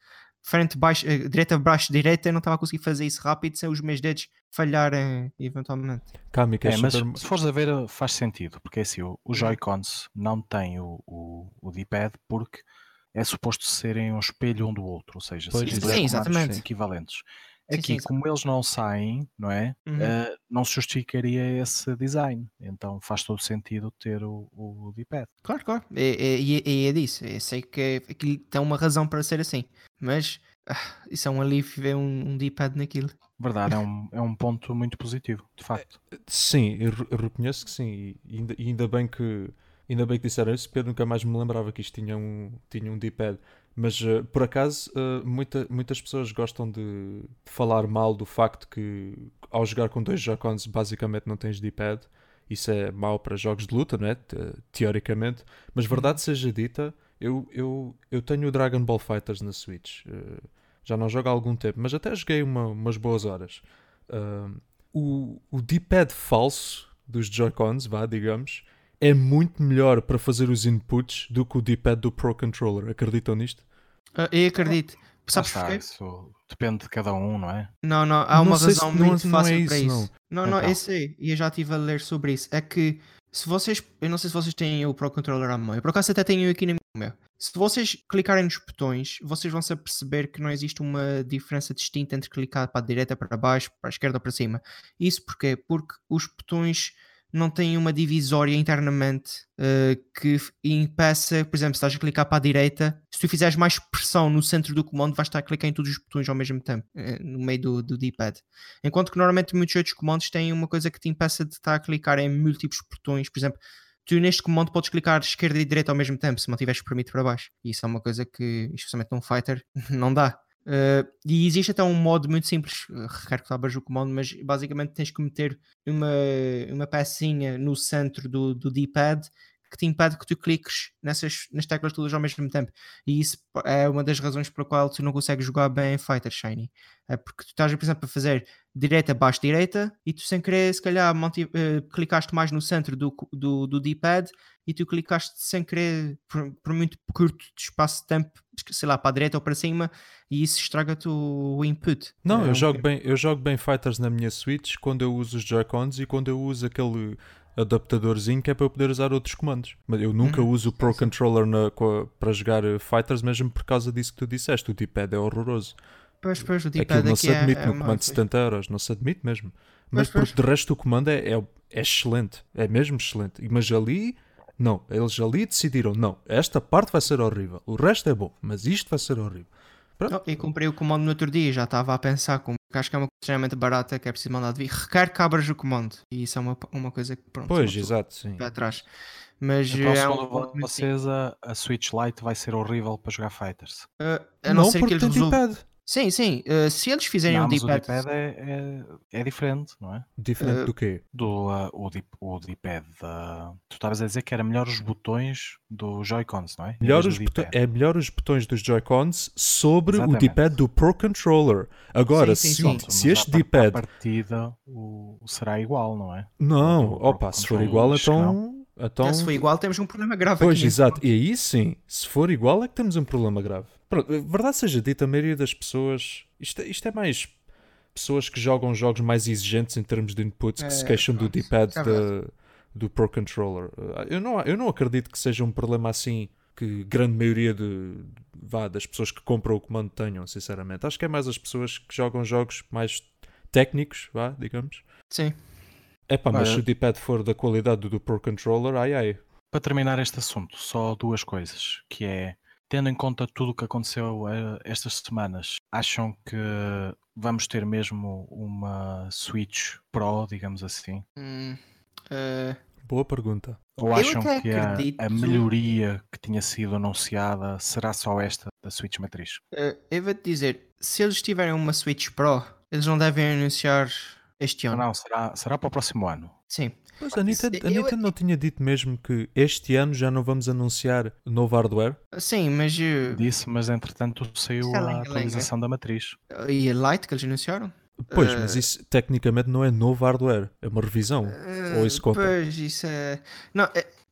frente, baixo, uh, direita, baixo, direita, eu não estava a conseguir fazer isso rápido sem os meus dedos falharem eventualmente. Calma, É, mas super... se fores a ver, faz sentido, porque assim, o, o Joy-Cons não tem o, o, o D-pad porque é suposto serem um espelho um do outro, ou seja, Pois, serem sim, dois comandos exatamente. equivalentes. Sim, Aqui, sim, como eles não saem, não é? Uhum. Uh, não se justificaria esse design. Então faz todo sentido ter o, o D-pad. Claro, claro. E é, é, é, é disso. Eu sei que aquilo tem uma razão para ser assim. Mas ah, isso é um alívio ver um, um D-pad naquilo. Verdade, é um, é um ponto muito positivo, de facto. Sim, eu, eu reconheço que sim. E ainda, e ainda bem que ainda bem que disseram isso, porque eu nunca mais me lembrava que isto tinha um, tinha um D-pad. Mas uh, por acaso uh, muita, muitas pessoas gostam de, de falar mal do facto que ao jogar com dois Joy-Cons basicamente não tens D-pad. Isso é mau para jogos de luta, não é? Te, teoricamente. Mas verdade seja dita, eu, eu, eu tenho o Dragon Ball FighterZ na Switch. Uh, já não jogo há algum tempo, mas até joguei uma, umas boas horas. Uh, o, o D-pad falso dos Joy-Cons, vá, digamos, é muito melhor para fazer os inputs do que o D-pad do Pro Controller. Acreditam nisto? Uh, eu acredito. Sabes está, porquê? isso depende de cada um, não é? Não, não, há Não uma sei razão se- não- muito não é fácil isso, para isso. não. Não, não, Então. eu sei, e eu já estive a ler sobre isso. É que se vocês, eu não sei se vocês têm o Pro Controller à mão, eu por acaso até tenho aqui na minha. Se vocês clicarem nos botões, vocês vão se aperceber que não existe uma diferença distinta entre clicar para a direita, para baixo, para a esquerda ou para cima. Isso porquê? Porque os botões não têm uma divisória internamente uh, que impeça, por exemplo, se estás a clicar para a direita, se tu fizeres mais pressão no centro do comando, vais estar a clicar em todos os botões ao mesmo tempo, uh, no meio do, do D-pad. Enquanto que normalmente muitos outros comandos têm uma coisa que te impeça de estar a clicar em múltiplos botões. Por exemplo, tu neste comando podes clicar esquerda e direita ao mesmo tempo, se mantiveres espremido para baixo. E isso é uma coisa que, especialmente num fighter, não dá. Uh, e existe até um modo muito simples, uh, requer que tu abras o comando, mas basicamente tens que meter uma, uma pecinha no centro do, do D-pad que te impede que tu cliques nessas, nas teclas todas ao mesmo tempo. E isso é uma das razões pela qual tu não consegues jogar bem em Fighter Shiny. É porque tu estás, por exemplo, a fazer direita, baixo, direita e tu sem querer, se calhar, mantive, uh, clicaste mais no centro do, do, do D-pad e tu clicaste sem querer por, por muito curto de espaço de tempo, sei lá, para a direita ou para cima, e isso estraga-te o, o input. Não, é eu, um jogo bocadinho- bem, eu jogo bem Fighters na minha Switch quando eu uso os Joy-Cons e quando eu uso aquele adaptadorzinho que é para eu poder usar outros comandos. Mas eu nunca Uhum, uso o Pro sim, sim. Controller na- co- a- para jogar uh, Fighters mesmo por causa disso que tu disseste. O D-pad é horroroso. Pois, pois, o Aquilo D-pad não aqui se é, admite é no uma- comando de setenta euros, não se admite mesmo. Mas Pois, pois. porque de resto o comando é, é, é excelente, é mesmo excelente. E- Mas ali, não, eles ali decidiram, não, esta parte vai ser horrível, o resto é bom, mas isto vai ser horrível. Oh, e comprei o comando no outro dia, já estava a pensar, como que acho que é uma coisa extremamente barata, que é preciso mandar de vir, requer que abras o comando. E isso é uma, uma coisa que, pronto, Pois, uma pessoa exato, sim. vai atrás. Mas Então, é um segundo comando muito simples. vocês, a, a Switch Lite vai ser horrível para jogar Fighters. Uh, a não, Não, ser que porque eles tem resolvam. D-pad. Sim, sim. uh, se eles fizerem Não, um mas o D-pad. D-pad é, é, é diferente, não é? Diferente Uh, do quê? Do, uh, o, D, o D-pad da... Tu estavas a dizer que era melhor os botões do Joy-Cons, não é? Em Melhor vez os do botõ- D-pad. é melhor os botões dos Joy-Cons sobre Exatamente. o D-pad do Pro Controller. Agora, Sim, sim, se, sim. o- Pronto, se mas este à par- D-pad... à partida o, o será igual, não é? Não, O do opa, Pro se for Controller, igual, acho que não. então... então... Se for igual, temos um problema grave Pois, aqui. nesse exato. ponto. E aí sim, se for igual é que temos um problema grave. Pronto, verdade seja dita, a maioria das pessoas... Isto, é- isto é mais pessoas que jogam jogos mais exigentes em termos de inputs que se É, queixam do pronto, D-pad isso é da- do Pro Controller. Eu não, eu não acredito que seja um problema assim que grande maioria de, vá, das pessoas que compram o comando tenham, sinceramente. Acho que é mais as pessoas que jogam jogos mais técnicos, vá, digamos. Sim. Epá, mas Olha- se o D-pad for da qualidade do, do Pro Controller, ai ai. Para terminar este assunto, só duas coisas, que é, tendo em conta tudo o que aconteceu eh, estas semanas, acham que vamos ter mesmo uma Switch Pro, digamos assim? Hum, uh, Boa pergunta. Ou Eu acham até que a, acredito- a melhoria que tinha sido anunciada será só esta da Switch Matriz? uh, eu vou-te dizer, se eles tiverem uma Switch Pro, eles não devem anunciar este Não, ano. não, será, será para o próximo ano. Sim. Mas a Nintendo, a Eu- Nintendo não tinha dito mesmo que este ano já não vamos anunciar novo hardware? Sim, mas uh, Disse, mas entretanto saiu Isso é a lenga-lenga. atualização da Matriz. e a Lite que eles anunciaram? Pois, Eh, mas isso tecnicamente não é novo hardware, é uma revisão. Ou isso conta? Pois, isso é. Não, é-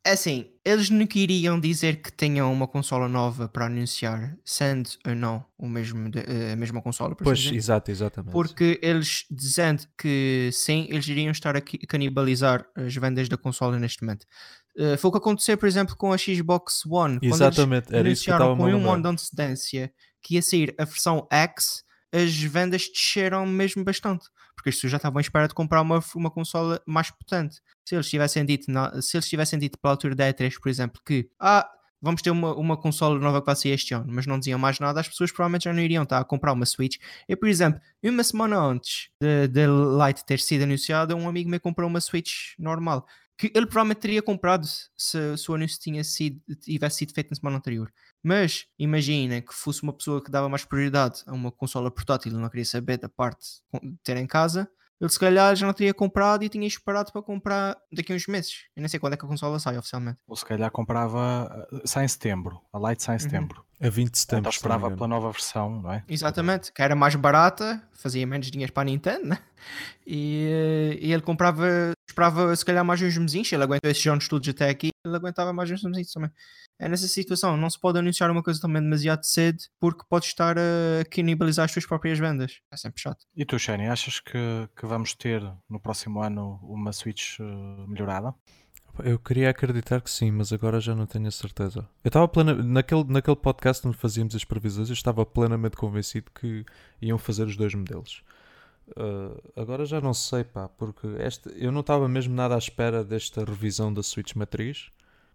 É assim, eles não queriam dizer que tenham uma consola nova para anunciar, sendo ou não o mesmo de- eh, a mesma consola, por assim Pois, dizer. exato, exatamente. Porque eles dizendo que sim, eles iriam estar a qui- canibalizar as vendas da consola neste momento. Eh, foi o que aconteceu, por exemplo, com a Xbox One. Quando eles Exatamente, era isso que eu anunciaram estava-me com a um ano lembrar. de antecedência que ia sair a versão X, as vendas desceram mesmo bastante. Porque as pessoas já estavam à espera de comprar uma, uma consola mais potente. Se eles tivessem dito, na- se eles tivessem dito pela altura da E três, por exemplo, que ah, vamos ter uma, uma consola nova que vai sair este ano, mas não diziam mais nada, as pessoas provavelmente já não iriam estar a comprar uma Switch. Eu, por exemplo, uma semana antes da Lite ter sido anunciada, um amigo meu comprou uma Switch normal, que ele provavelmente teria comprado se, se o anúncio tinha sido, tivesse sido feito na semana anterior. Mas imagina que fosse uma pessoa que dava mais prioridade a uma consola portátil e não queria saber da parte de ter em casa, ele se calhar já não teria comprado e tinha esperado para comprar daqui a uns meses. Eu nem sei quando é que a consola sai oficialmente. Ou se calhar comprava, uh, sai em setembro, a Lite sai em Uhum. setembro. A vinte de setembro, Então se não me esperava engano. pela nova versão, não é? Exatamente, que era mais barata, fazia menos dinheiro para a Nintendo, né? E, eh, e ele comprava, esperava se calhar mais uns mesinhos, ele aguentou esses anos todos até aqui, ele aguentava mais uns mesinhos também. É nessa situação, não se pode anunciar uma coisa também demasiado cedo, porque pode estar a canibalizar as suas próprias vendas. É sempre chato. E tu, Shani, achas que, que vamos ter no próximo ano uma Switch uh, melhorada? Eu queria acreditar que sim, mas agora já não tenho a certeza. Eu estava plena... naquele, naquele podcast onde fazíamos as previsões, eu estava plenamente convencido que iam fazer os dois modelos. Uh, agora já não sei, pá, porque esta... eu não estava mesmo nada à espera desta revisão da Switch matriz.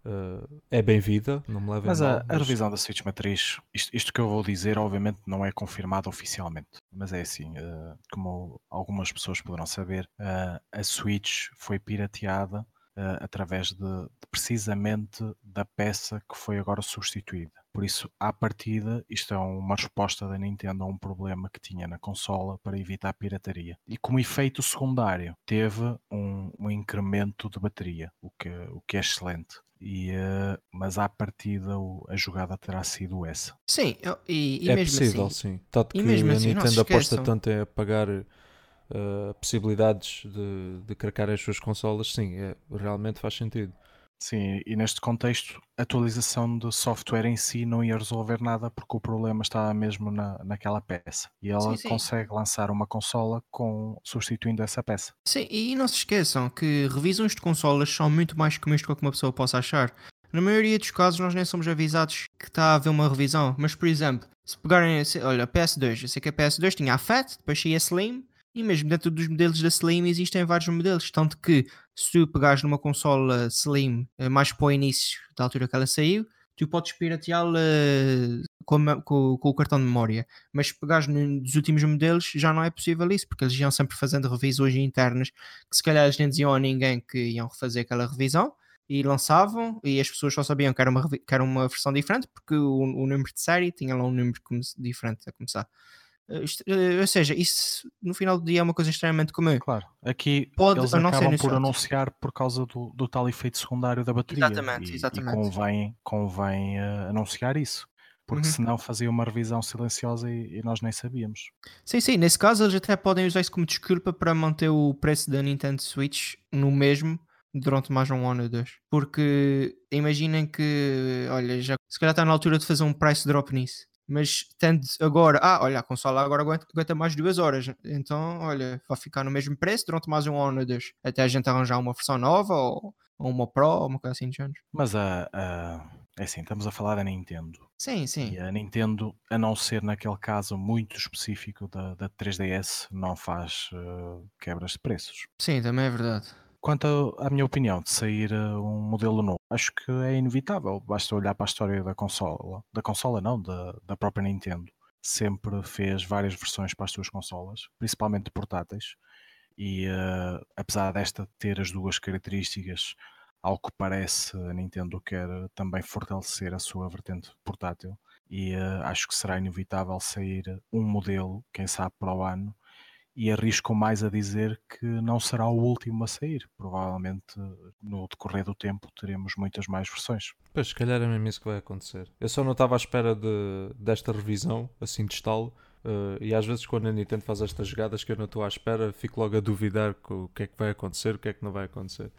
Uh, é bem-vinda, não me levem Mas mal. a, a revisão da Switch matriz, isto, isto que eu vou dizer, obviamente não é confirmado oficialmente, mas é assim, uh, como algumas pessoas poderão saber, uh, a Switch foi pirateada uh, através de, de precisamente da peça que foi agora substituída. Por isso, à partida, isto é uma resposta da Nintendo a um problema que tinha na consola para evitar a pirataria. E como efeito secundário, teve um, um incremento de bateria, o que, o que é excelente. E, uh, mas à partida o, a jogada terá sido essa. Sim, eu- e, e É mesmo possível, assim, sim. Tanto e que mesmo a assim, não se Nintendo aposta esqueçam. tanto em pagar uh, possibilidades de, de cracar as suas consolas, sim, é, realmente faz sentido. Sim, e neste contexto, a atualização de software em si não ia resolver nada porque o problema estava mesmo na, naquela peça. E Sim, ela sim. consegue lançar uma consola com, substituindo essa peça. Sim, e não se esqueçam que revisões de consolas são muito mais comuns do que uma pessoa possa achar. Na maioria dos casos nós nem somos avisados que está a haver uma revisão, mas por exemplo, se pegarem, se- olha, a P S dois, eu sei que a P S dois tinha a Fat, depois tinha a Slim, e mesmo dentro dos modelos da Slim existem vários modelos, tanto que se tu pegares numa consola Slim eh, mais para o início da altura que ela saiu, tu podes pirateá-la eh, com, a me- com- com o cartão de memória, mas se pegares num dos últimos modelos já não é possível isso, porque eles iam sempre fazendo revisões internas que se calhar eles nem diziam a ninguém que iam refazer aquela revisão e lançavam e as pessoas só sabiam que era uma, revi- que era uma versão diferente porque o, o número de série tinha lá um número come- diferente a começar. Eh, isto- eh, ou seja, isso no final do dia é uma coisa extremamente comum. Claro, aqui Pode eles ou não ser acabam por anunciado. anunciar por causa do, do tal efeito secundário da bateria Exatamente, e, e exatamente. convém, convém uh, anunciar isso, porque Uhum. senão fazia uma revisão silenciosa e, e nós nem sabíamos. Sim, sim, nesse caso eles até podem usar isso como desculpa para manter o preço da Nintendo Switch no mesmo durante mais um ano ou dois. Porque imaginem que, olha, já se calhar está na altura de fazer um price drop nisso. Mas tendo agora, ah, olha, a consola agora aguenta, aguenta mais duas horas. Então, olha, vai ficar no mesmo preço durante mais um ano ou dois. Até a gente arranjar uma versão nova ou, ou uma Pro ou uma coisa assim de género. Mas a, a, é assim, estamos a falar da Nintendo. Sim, E sim. a Nintendo, a não ser naquele caso muito específico da, da três D S, não faz uh, quebras de preços. Sim, também é verdade. Quanto à minha opinião de sair uh, um modelo novo, acho que é inevitável. Basta olhar para a história da consola, da consola não, da, da própria Nintendo. Sempre fez várias versões para as suas consolas, principalmente portáteis. E uh, apesar desta ter as duas características, ao que parece, a Nintendo quer também fortalecer a sua vertente portátil. E uh, acho que será inevitável sair um modelo, quem sabe para o ano, e arrisco mais a dizer que não será o último a sair. Provavelmente no decorrer do tempo teremos muitas mais versões. Pois, se calhar é mesmo isso que vai acontecer. Eu só não estava à espera de, desta revisão, assim de estalo, uh, e às vezes quando a Nintendo faz estas jogadas que eu não estou à espera, fico logo a duvidar com o que é que vai acontecer, o que é que não vai acontecer.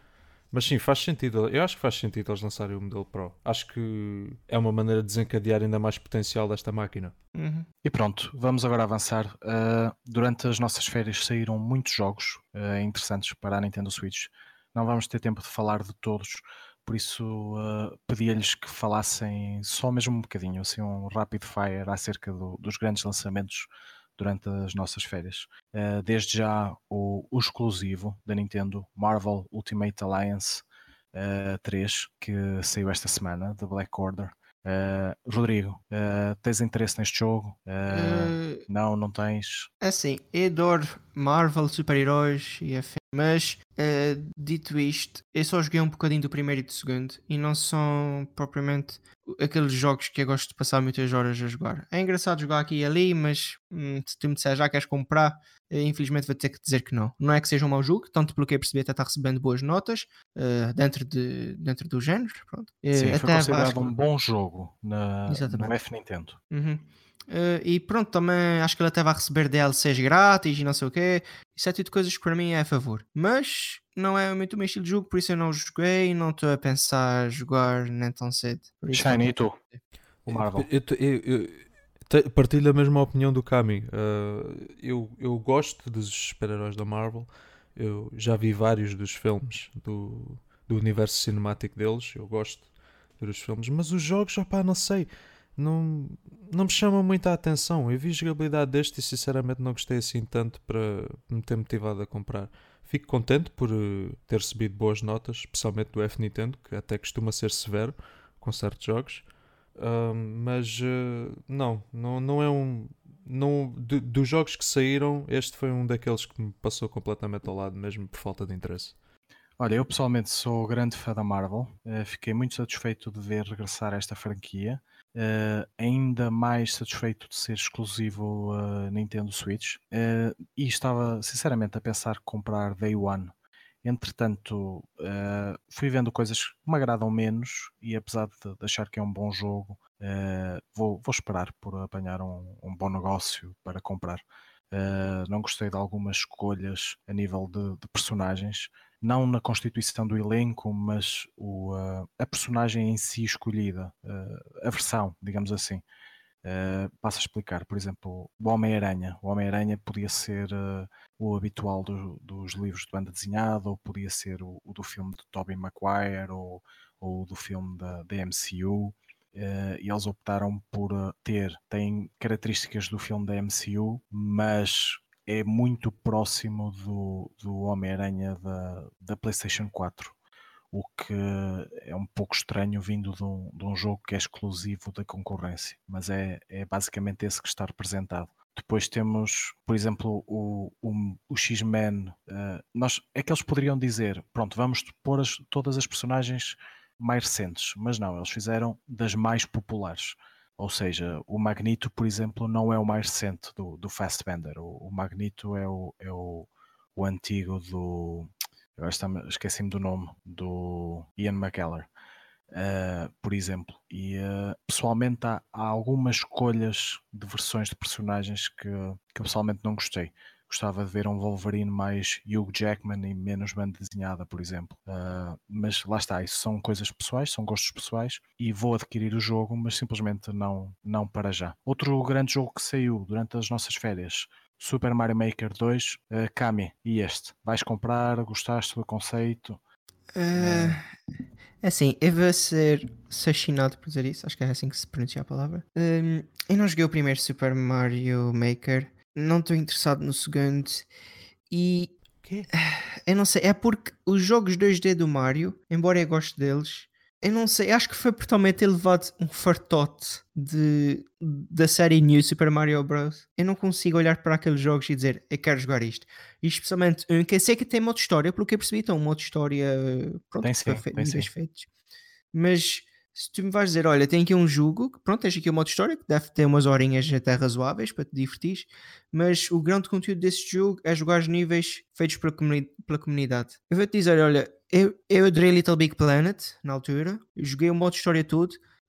Mas sim, faz sentido. Eu acho que faz sentido eles lançarem o modelo Pro. Acho que é uma maneira de desencadear ainda mais potencial desta máquina. Uhum. E pronto, vamos agora avançar. Uh, durante as nossas férias saíram muitos jogos uh, interessantes para a Nintendo Switch. Não vamos ter tempo de falar de todos, por isso uh, pedi-lhes que falassem só mesmo um bocadinho, assim um rapid fire acerca do, dos grandes lançamentos durante as nossas férias. Uh, desde já o, o exclusivo da Nintendo, Marvel Ultimate Alliance uh, três, que saiu esta semana, da Black Order. Uh, Rodrigo, uh, tens interesse neste jogo? Uh, Uh, não, não tens? assim, eu adoro Marvel, super-heróis e afim, mas uh, dito isto, eu só joguei um bocadinho do primeiro e do segundo e não são propriamente aqueles jogos que eu gosto de passar muitas horas a jogar. É engraçado jogar aqui e ali, mas hum, se tu me disseres já queres comprar, eh, infelizmente vou ter que dizer que não. Não é que seja um mau jogo, tanto pelo que eu percebi até está recebendo boas notas uh, dentro, de, dentro do género. Pronto. Sim, Uh, foi até acho considerado que. um bom jogo na, no Exatamente. F Nintendo. Uhum. Uh, e pronto, também acho que ele até vai receber D L Cs grátis e não sei o quê. Isso é tudo coisas que para mim é a favor. Mas não é muito o meu estilo de jogo, por isso eu não joguei. Não estou a pensar jogar nem tão cedo. Por isso Shiny, não e tu? estou. O Marvel. Eu, eu- eu- te- partilho a mesma opinião do Kami. Uh, eu, eu gosto dos super-heróis da Marvel. Eu já vi vários dos filmes do, do universo cinemático deles. Eu gosto dos filmes, mas os jogos, opá, não sei. Não, não me chamam muita atenção. Eu vi a jogabilidade deste e sinceramente não gostei assim tanto para me ter motivado a comprar. Fico contente por uh, ter recebido boas notas, especialmente do F Nintendo, que até costuma ser severo com certos jogos. Um, mas uh, não, não, não é um. Não, do- dos jogos que saíram, este foi um daqueles que me passou completamente ao lado, mesmo por falta de interesse. Olha, eu pessoalmente sou grande fã da Marvel, eh, fiquei muito satisfeito de ver regressar esta franquia, eh, ainda mais satisfeito de ser exclusivo a Nintendo Switch, eh, e estava sinceramente a pensar comprar Day One. Entretanto, eh, fui vendo coisas que me agradam menos e apesar de, de achar que é um bom jogo, eh, vou, vou esperar por apanhar um, um bom negócio para comprar. Eh, não gostei de algumas escolhas a nível de, de personagens, não na constituição do elenco, mas o, uh, a personagem em si escolhida, uh, a versão, digamos assim. Uh, passo a explicar, por exemplo, o Homem-Aranha. O Homem-Aranha podia ser uh, o habitual do- dos livros de banda desenhada, ou podia ser o, o do filme de Tobey Maguire, ou, ou do filme da, da M C U. Uh, e eles optaram por uh, ter, tem características do filme da M C U, mas é muito próximo do, do Homem-Aranha da, da PlayStation quatro, o que é um pouco estranho vindo de um, de um jogo que é exclusivo da concorrência, mas é, é basicamente esse que está representado. Depois temos, por exemplo, o, o, o X-Men. Uh, nós, é que eles poderiam dizer, pronto, vamos pôr as, todas as personagens mais recentes, mas não, eles fizeram das mais populares. Ou seja, o Magneto, por exemplo, não é o mais recente do, do Fassbender. O, o Magneto é o, é o, o antigo do. Agora está-me- esqueci-me do nome, do Ian McKellen, uh, por exemplo. E uh, pessoalmente há, há algumas escolhas de versões de personagens que, que eu pessoalmente não gostei. Gostava de ver um Wolverine mais Hugh Jackman e menos banda desenhada, por exemplo. Uh, mas lá está, isso são coisas pessoais, são gostos pessoais e vou adquirir o jogo, mas simplesmente não, não para já. Outro grande jogo que saiu durante as nossas férias, Super Mario Maker dois, uh, Kami, e este? Vais comprar? Gostaste do conceito? Uh, Uh, assim, eu vou ser assassinado por dizer isso, acho que é assim que se pronuncia a palavra. Um, eu não joguei o primeiro Super Mario Maker, não estou interessado no segundo e Quê? eu não sei, é porque os jogos dois D do Mario, embora eu goste deles, eu não sei, acho que foi por também ter levado um fartote de, da série New Super Mario Bros. Eu não consigo olhar para aqueles jogos e dizer eu quero jogar isto. E especialmente, eu que sei que tem modo história, pelo que eu percebi, então, um modo história, pronto, tem que foi sim, feito, tem níveis sim. feitos. Mas se tu me vais dizer, olha, tem aqui um jogo, que pronto, tens aqui o modo história, que deve ter umas horinhas até razoáveis para te divertir, mas o grande conteúdo desse jogo é jogar os níveis feitos pela, comuni- pela comunidade. Eu vou-te dizer, olha, eu, eu adorei Little Big Planet na altura, eu joguei o modo história todo,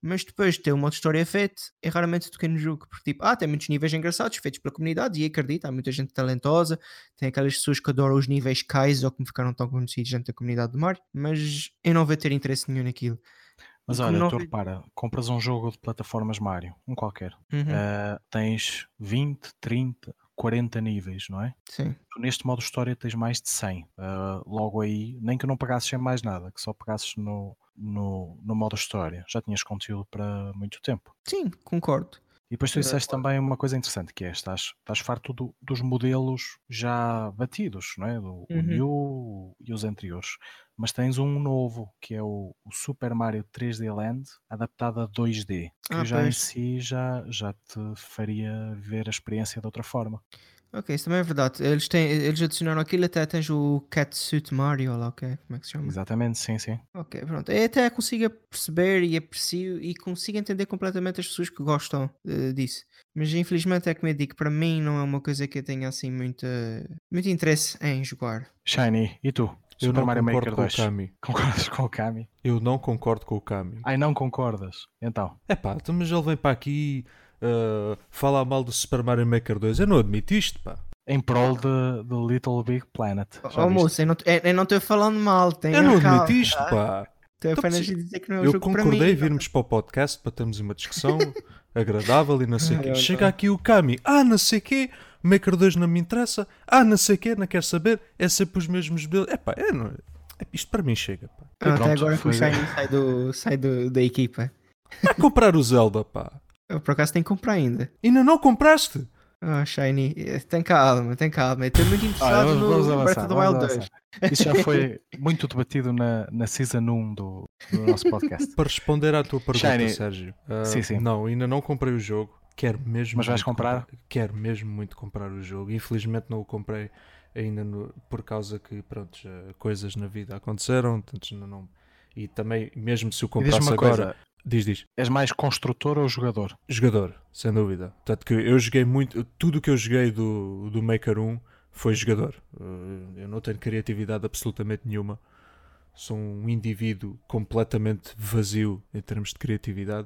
mas depois de ter um modo história feito, eu raramente toquei no jogo, porque tipo, ah, tem muitos níveis engraçados feitos pela comunidade, e acredito, há muita gente talentosa, tem aquelas pessoas que adoram os níveis Kaizo, ou que me ficaram tão conhecidos dentro da comunidade do Mario, mas eu não vou ter interesse nenhum naquilo. E Mas como olha, não tu ve- repara, compras um jogo de plataformas Mario, um qualquer, Uhum, ah, tens vinte, trinta, quarenta níveis, não é? sim. Tu neste modo história tens mais de cem. Ah, logo aí, nem que não pagasses sem mais nada, que só pagasses no, no, no modo história, já tinhas conteúdo para muito tempo. Sim, concordo. E depois tu Eh, disseste também uma coisa interessante, que é, estás, estás farto do- dos modelos já batidos, não é? Do, o uhum. New e os anteriores. Mas tens um novo, que é o, o Super Mario três D Land, adaptado a dois D, que Ah, já em pois. si já, já te faria ver a experiência de outra forma. Ok, isso também é verdade. Eles, têm, eles adicionaram aquilo, até tens o Catsuit Mario lá, ok? Como é que se chama? Exatamente, sim, sim. Ok, pronto. Eu até consigo perceber e aprecio e consigo entender completamente as pessoas que gostam eh, disso. Mas infelizmente é como eu digo, para mim não é uma coisa que eu tenha assim muito, muito interesse em jogar. Shiny, e tu? Eu Super não Mario concordo Maker com o dois. Kami. Concordas com o Kami? Eu não concordo com o Kami. Ai, não concordas? Então, É pá, então, mas ele vem para aqui uh, falar mal do Super Mario Maker dois. Eu não admito isto, pá. em prol de, de Little Big Planet, já Oh viste? moço, eu não eu- eu não estou falando mal, Eu tenha não calma. admito isto, pá. Estou Então, apenas a se- dizer que não é um eu jogo para concordei mim. virmos para o podcast para termos uma discussão agradável e não sei o Ai, quê. eu Chega não. aqui o Kami. Ah, não sei o quê. Maker dois não me interessa. Ah, não sei o quê. Não quero saber. É sempre os mesmos modelos. É pá, é, não, é- isto para mim chega, pá. E Ah, até pronto, agora que o foi... Shiny sai, do, sai do, da equipa. Vai comprar o Zelda, pá. Eu por acaso tenho que comprar ainda. Ainda não compraste? Ah, Shiny, eh, tem calma, tem calma. Eu estou muito Olha, interessado vamos, vamos no Breath avançar, of the vamos Wild avançar. dois. Isso já foi muito debatido na, na Season um do, do nosso podcast. Para responder à tua pergunta, Shiny, Sérgio. ah, sim, sim. Não, ainda não comprei o jogo. Quero mesmo Mas vais muito comprar? Quero mesmo muito comprar o jogo. Infelizmente não o comprei ainda no- por causa que, pronto, já coisas na vida aconteceram. Portanto, não, não- E também, mesmo se o E diz-me comprasse uma agora... coisa, Diz, diz. és mais construtor ou jogador? Jogador, sem dúvida. Portanto, que eu joguei muito... Tudo o que eu joguei do, do Maker um foi jogador. Ah, eu não tenho criatividade absolutamente nenhuma. Sou um indivíduo completamente vazio em termos de criatividade.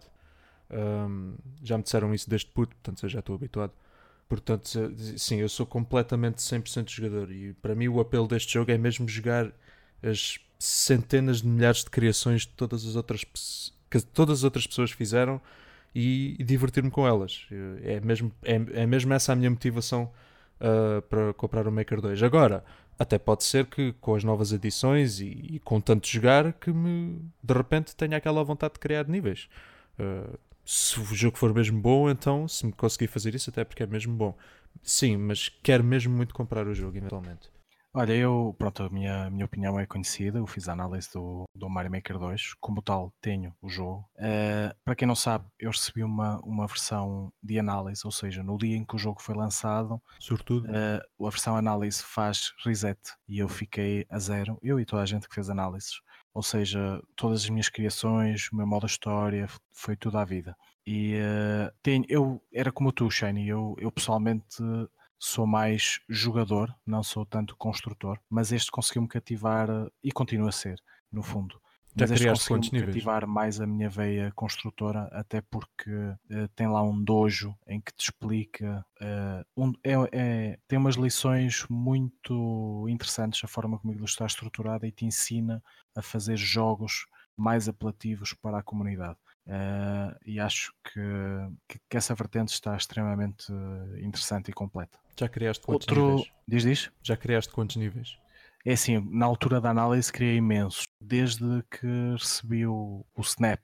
Um, já me disseram isso desde puto, portanto eu já estou habituado. Portanto, se- sim, eu sou completamente cem por cento jogador. E para mim o apelo deste jogo é mesmo jogar as centenas de milhares de criações de todas as outras pe- que todas as outras pessoas fizeram e, e divertir-me com elas. É mesmo, é, é mesmo essa a minha motivação uh, para comprar o Maker dois. Agora, até pode ser que com as novas edições e, e com tanto jogar que me, de repente tenha aquela vontade de criar níveis. Uh, se o jogo for mesmo bom, então se me conseguir fazer isso, até porque é mesmo bom. Sim, mas quero mesmo muito comprar o jogo eventualmente. Olha, eu, pronto, a minha, a minha opinião é conhecida, eu fiz a análise do, do Mario Maker dois, como tal tenho o jogo. Eh, para quem não sabe, eu recebi uma, uma versão de análise, ou seja, no dia em que o jogo foi lançado, Sobretudo. eh, a versão análise faz reset e eu fiquei a zero, eu e toda a gente que fez análises. Ou seja, todas as minhas criações, o meu modo história, f- foi tudo à vida. E eh, tenho, eu era como tu, Shane, eu, eu pessoalmente sou mais jogador, não sou tanto construtor, mas este conseguiu-me cativar eh, e continua a ser, no fundo. Já Mas este criaste quantos conseguiu-me níveis? cativar mais a minha veia construtora, até porque eh, tem lá um dojo em que te explica. eh, um- é- é- tem umas lições muito interessantes, a forma como aquilo está estruturado e te ensina a fazer jogos mais apelativos para a comunidade. Eh, e acho que, que, que essa vertente está extremamente eh, interessante e completa. Já criaste quantos Outro, níveis? diz, diz? Já criaste quantos níveis? É assim, na altura da análise criei imensos, desde que recebi o, o Snap.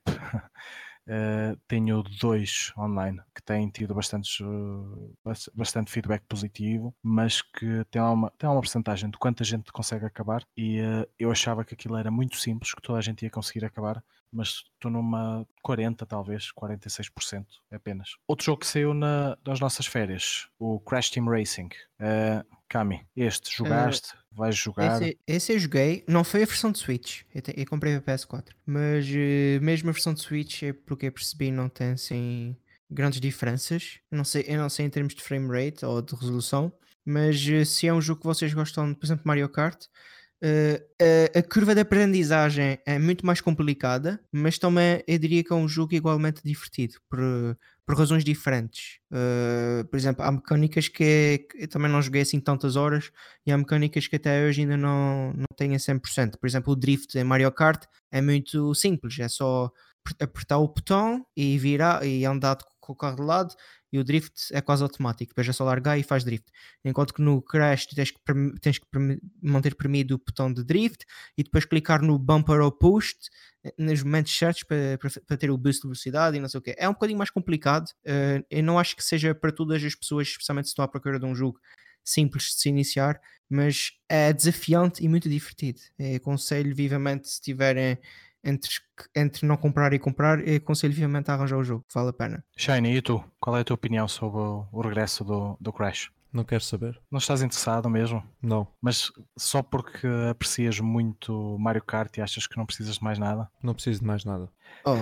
eh, tenho dois online que têm tido bastantes, eh, bas- bastante feedback positivo, mas que tem lá uma, tem lá uma porcentagem de quanta gente consegue acabar. E eh, eu achava que aquilo era muito simples, que toda a gente ia conseguir acabar, mas estou numa quarenta, talvez, quarenta e seis por cento apenas. Outro jogo que saiu na, nas nossas férias, o Crash Team Racing. Eh, Cami, este jogaste? Vais jogar? Esse, esse eu joguei, não foi a versão de Switch, eu, te- eu comprei a P S quatro, mas eh, mesmo a versão de Switch, é porque eu percebi, não tem assim grandes diferenças. Eu não sei, eu não sei em termos de frame rate ou de resolução, mas eh, se é um jogo que vocês gostam, por exemplo, Mario Kart, Uh, a, a curva de aprendizagem é muito mais complicada, mas também eu diria que é um jogo igualmente divertido, por, por razões diferentes. Uh, por exemplo, há mecânicas que, é, que eu também não joguei assim tantas horas, e há mecânicas que até hoje ainda não, não têm a cem por cento. Por exemplo, o drift em Mario Kart é muito simples, é só apertar o botão e virar e andar com o carro de lado, e o drift é quase automático, depois é só largar e faz drift. Enquanto que no Crash tens que, tens que manter premido o botão de drift e depois clicar no bumper ou push nos momentos certos para, para, para ter o boost de velocidade e não sei o que. É um bocadinho mais complicado. Uh, eu não acho que seja para todas as pessoas, especialmente se estão à procura de um jogo simples de se iniciar, mas é desafiante e muito divertido. Eu aconselho vivamente, se tiverem Entre, entre não comprar e comprar, eu aconselho vivamente a arranjar o jogo, vale a pena. Shiny, e tu? Qual é a tua opinião sobre o, o regresso do, do Crash? Não quero saber. Não estás interessado mesmo? Não. Mas só porque aprecias muito Mario Kart e achas que não precisas de mais nada? Não preciso de mais nada. Oh.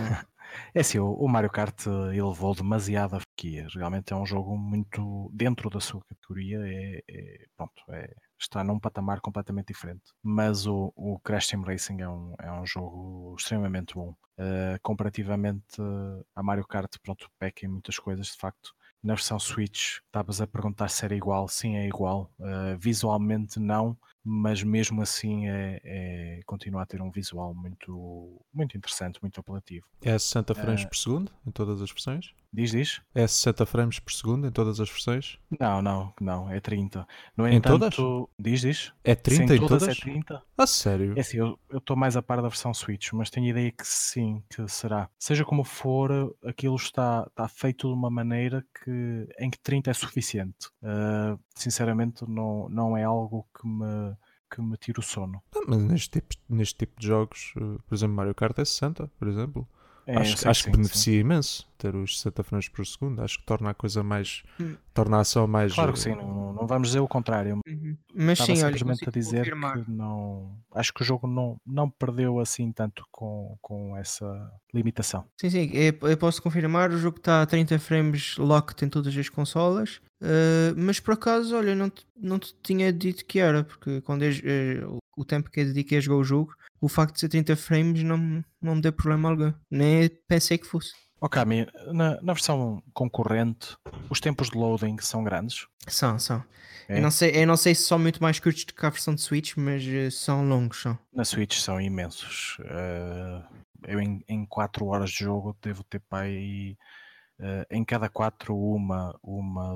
É assim, o, o Mario Kart elevou demasiado a franquia. Realmente é um jogo muito dentro da sua categoria. É, é, pronto, é, está num patamar completamente diferente. Mas o, o Crash Team Racing é um, é um jogo extremamente bom. Uh, comparativamente uh, a Mario Kart, pronto, peca em muitas coisas, de facto. Na versão Switch, estavas a perguntar se era igual. Sim, é igual. Uh, visualmente não, mas mesmo assim é, é, continua a ter um visual muito, muito interessante, muito apelativo. É sessenta frames uh, por segundo em todas as versões? Diz, diz? É sessenta frames por segundo em todas as versões? Não, não, não, é trinta. No em entanto, todas? Diz, diz? É trinta sim, em todas? todas? É trinta. Ah, sério? É assim, eu estou mais a par da versão Switch, mas tenho a ideia que sim, que será. Seja como for, aquilo está, está feito de uma maneira que, em que trinta é suficiente. Uh, sinceramente, não, não é algo que me, que me tire o sono. Ah, mas neste tipo, neste tipo de jogos, por exemplo, Mario Kart é sessenta, por exemplo. É, acho que, acho que sim, beneficia sim. imenso ter os sessenta frames por segundo. Acho que torna a coisa mais. Hum. Torna a ação mais. Claro que sim, não, não vamos dizer o contrário. Uhum. Mas Estava sim, simplesmente olha, a dizer confirmar. que não. Acho que o jogo não, não perdeu assim tanto com, com essa limitação. Sim, sim, eu, eu posso confirmar. O jogo está a trinta frames locked em todas as consolas. Uh, mas por acaso, olha, não te, não te tinha dito que era, porque quando eu, uh, o tempo que eu dediquei a jogar o jogo, o facto de ser trinta frames não, não me deu problema algum. Nem pensei que fosse. Ok, na, na versão concorrente, os tempos de loading são grandes? São, são. É? Eu, não sei, eu não sei se são muito mais curtos do que a versão de Switch, mas uh, são longos, são. Na Switch são imensos. Uh, eu em, em quatro horas de jogo devo ter para aí uh, em cada quatro uma, uma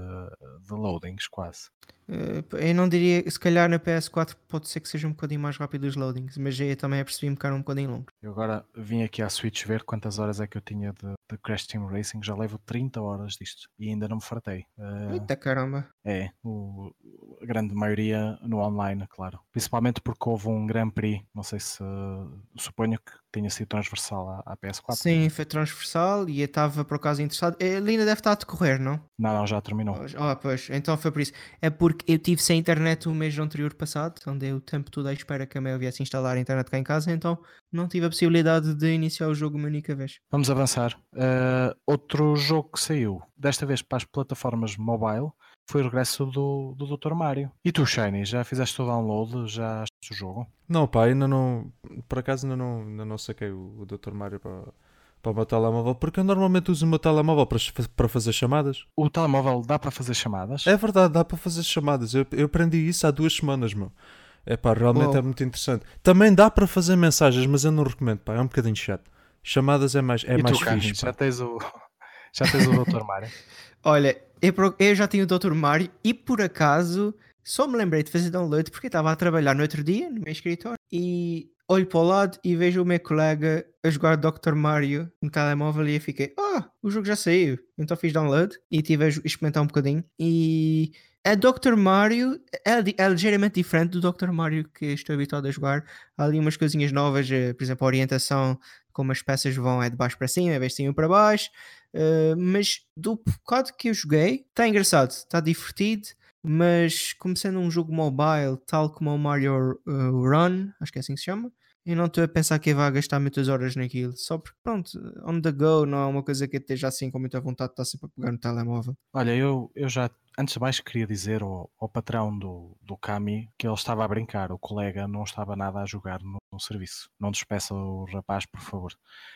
de, de loadings quase. Uh, eu não diria, se calhar na P S quatro pode ser que seja um bocadinho mais rápido os loadings, mas eu também apercebi-me que era um bocadinho longo. Eu agora vim aqui à Switch ver quantas horas é que eu tinha de, de Crash Team Racing, já levo trinta horas disto e ainda não me fartei. Uh, Eita caramba! É, o, a grande maioria no online, claro. Principalmente porque houve um Grand Prix, não sei se, suponho que tenha sido transversal à, à P S quatro. Sim, foi transversal e eu estava por acaso interessado. Ele ainda deve estar a decorrer, não? Não, não, já terminou. Ah, pois, então foi por isso. É porque eu tive sem internet o mês anterior passado, onde eu o tempo todo à espera que a Mel viesse instalar a internet cá em casa, então não tive a possibilidade de iniciar o jogo uma única vez. Vamos avançar. Uh, outro jogo que saiu, desta vez para as plataformas mobile, foi o regresso do, do doutor Mario. E tu, Shiny, já fizeste o download? Já achaste o jogo? Não, pá, ainda não. Por acaso ainda não, ainda não saquei o, o doutor Mario para, para o meu telemóvel, porque eu normalmente uso o meu telemóvel para, para fazer chamadas. O telemóvel dá para fazer chamadas? É verdade, dá para fazer chamadas. Eu, eu aprendi isso há duas semanas, meu. É pá, realmente Uou. É muito interessante. Também dá para fazer mensagens, mas eu não recomendo, pá, é um bocadinho chato. Chamadas é mais, é e mais tu, fixe. Já tens o, já tens o doutor Mario? Olha, eu, eu já tenho o doutor Mario e por acaso só me lembrei de fazer download porque estava a trabalhar no outro dia no meu escritório e olho para o lado e vejo o meu colega a jogar doutor Mario no telemóvel e eu fiquei, ah, o jogo já saiu. Então fiz download e tive a experimentar um bocadinho e a doutor Mario é, é ligeiramente diferente do doutor Mario que estou habituado a jogar. Há ali umas coisinhas novas, por exemplo, a orientação, como as peças vão é de baixo para cima, em vez de cima para baixo. Uh, mas do bocado que eu joguei, está engraçado, está divertido. mas como sendo um jogo mobile, tal como o Mario uh, Run, acho que é assim que se chama, eu não estou a pensar que vai gastar muitas horas naquilo, só porque pronto, on the go não é uma coisa que eu esteja assim com muita vontade de estar sempre a pegar no telemóvel. Olha, eu, eu já, antes de mais, queria dizer ao, ao patrão do, do Kami que ele estava a brincar, o colega não estava nada a jogar no, no serviço. Não despeça o rapaz, por favor.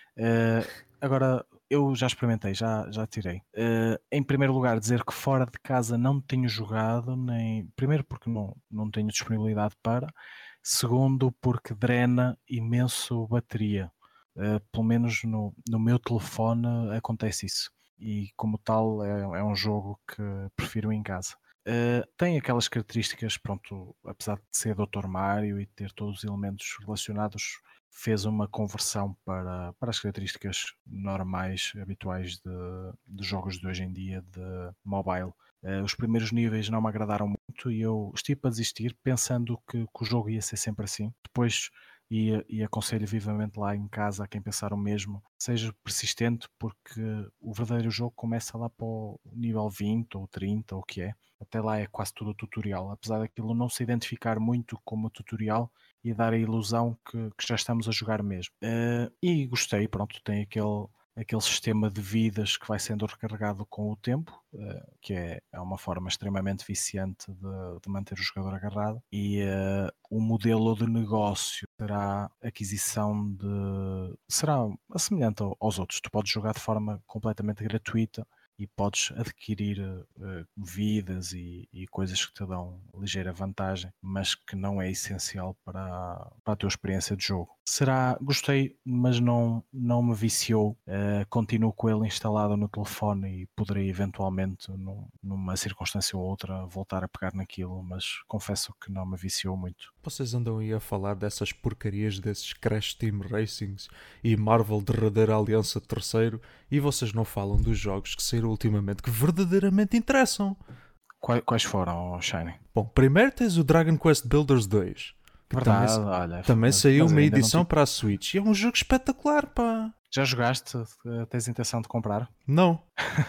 Uh, agora, eu já experimentei, já, já tirei. Uh, em primeiro lugar, dizer que fora de casa não tenho jogado, nem primeiro porque não, não tenho disponibilidade para, segundo porque drena imenso bateria. Uh, pelo menos no, no meu telefone acontece isso. E como tal é, é um jogo que prefiro em casa. Uh, tem aquelas características, pronto, apesar de ser doutor Mario e ter todos os elementos relacionados, fez uma conversão para, para as características normais, habituais de, de jogos de hoje em dia, de mobile. Uh, os primeiros níveis não me agradaram muito e eu estive a desistir pensando que, que o jogo ia ser sempre assim. Depois, e, e aconselho vivamente lá em casa a quem pensar o mesmo, seja persistente, porque o verdadeiro jogo começa lá para o nível vinte ou trinta, ou o que é. Até lá é quase tudo tutorial, apesar daquilo não se identificar muito como tutorial e dar a ilusão que, que já estamos a jogar mesmo. Uh, e gostei, pronto, tem aquele, aquele sistema de vidas que vai sendo recarregado com o tempo, uh, que é, é uma forma extremamente viciante de, de manter o jogador agarrado, e uh, o modelo de negócio será aquisição de... será semelhante aos outros. Tu podes jogar de forma completamente gratuita e podes adquirir uh, vidas e, e coisas que te dão ligeira vantagem, mas que não é essencial para, para a tua experiência de jogo. Será, gostei, mas não, não me viciou. Uh, continuo com ele instalado no telefone e poderei eventualmente, num, numa circunstância ou outra, voltar a pegar naquilo, mas confesso que não me viciou muito. Vocês andam aí a falar dessas porcarias desses Crash Team Racings e Marvel Derradeira Aliança Terceiro e vocês não falam dos jogos que saíram ultimamente que verdadeiramente interessam. Quais, quais foram, Shiny? Bom, primeiro tens o Dragon Quest Builders dois. Que Verdade, também, olha, também mas, saiu mas uma ainda edição não tive... para a Switch e é um jogo espetacular, pá. Já jogaste? Tens intenção de comprar? Não.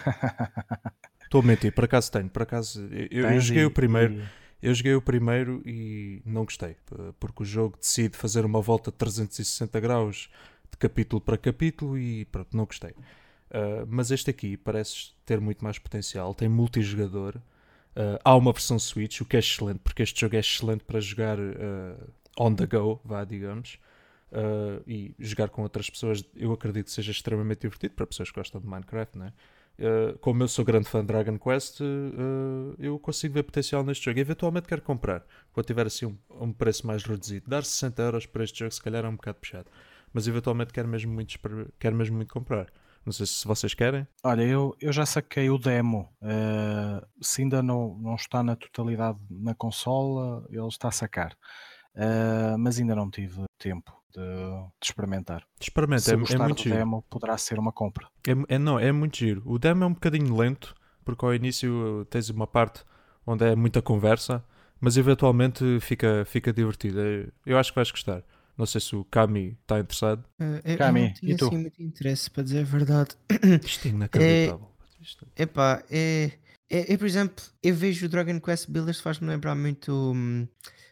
Estou a mentir, por acaso tenho. Por acaso, eu, eu joguei e, o primeiro. E... Eu joguei o primeiro e não gostei, porque o jogo decide fazer uma volta de trezentos e sessenta graus de capítulo para capítulo e pronto, não gostei. Uh, mas este aqui parece ter muito mais potencial, tem multijogador, uh, há uma versão Switch, o que é excelente, porque este jogo é excelente para jogar uh, on the go, vá, digamos, uh, e jogar com outras pessoas. Eu acredito que seja extremamente divertido para pessoas que gostam de Minecraft, não é? Uh, como eu sou grande fã de Dragon Quest, uh, eu consigo ver potencial neste jogo. E eventualmente quero comprar quando tiver assim um, um preço mais reduzido. Dar sessenta euros para este jogo se calhar é um bocado puxado, mas eventualmente quero mesmo muito, quero mesmo muito comprar. Não sei se vocês querem. Olha, eu, eu já saquei o demo. Uh, se ainda não, não está na totalidade na consola, ele está a sacar. Uh, mas ainda não tive tempo de, de experimentar. Experimenta, se é, gostar é muito do giro. demo, poderá ser uma compra. É, é, não, é muito giro. O demo é um bocadinho lento, porque ao início tens uma parte onde é muita conversa, mas eventualmente fica, fica divertido. Eu acho que vais gostar. Não sei se o Kami está interessado. Uh, eu, Kami, eu não tinha e tu? assim muito interesse, para dizer a verdade. Isto é inacreditável. É, epá, é, é, é, por exemplo, eu vejo o Dragon Quest Builders, faz-me lembrar muito hum,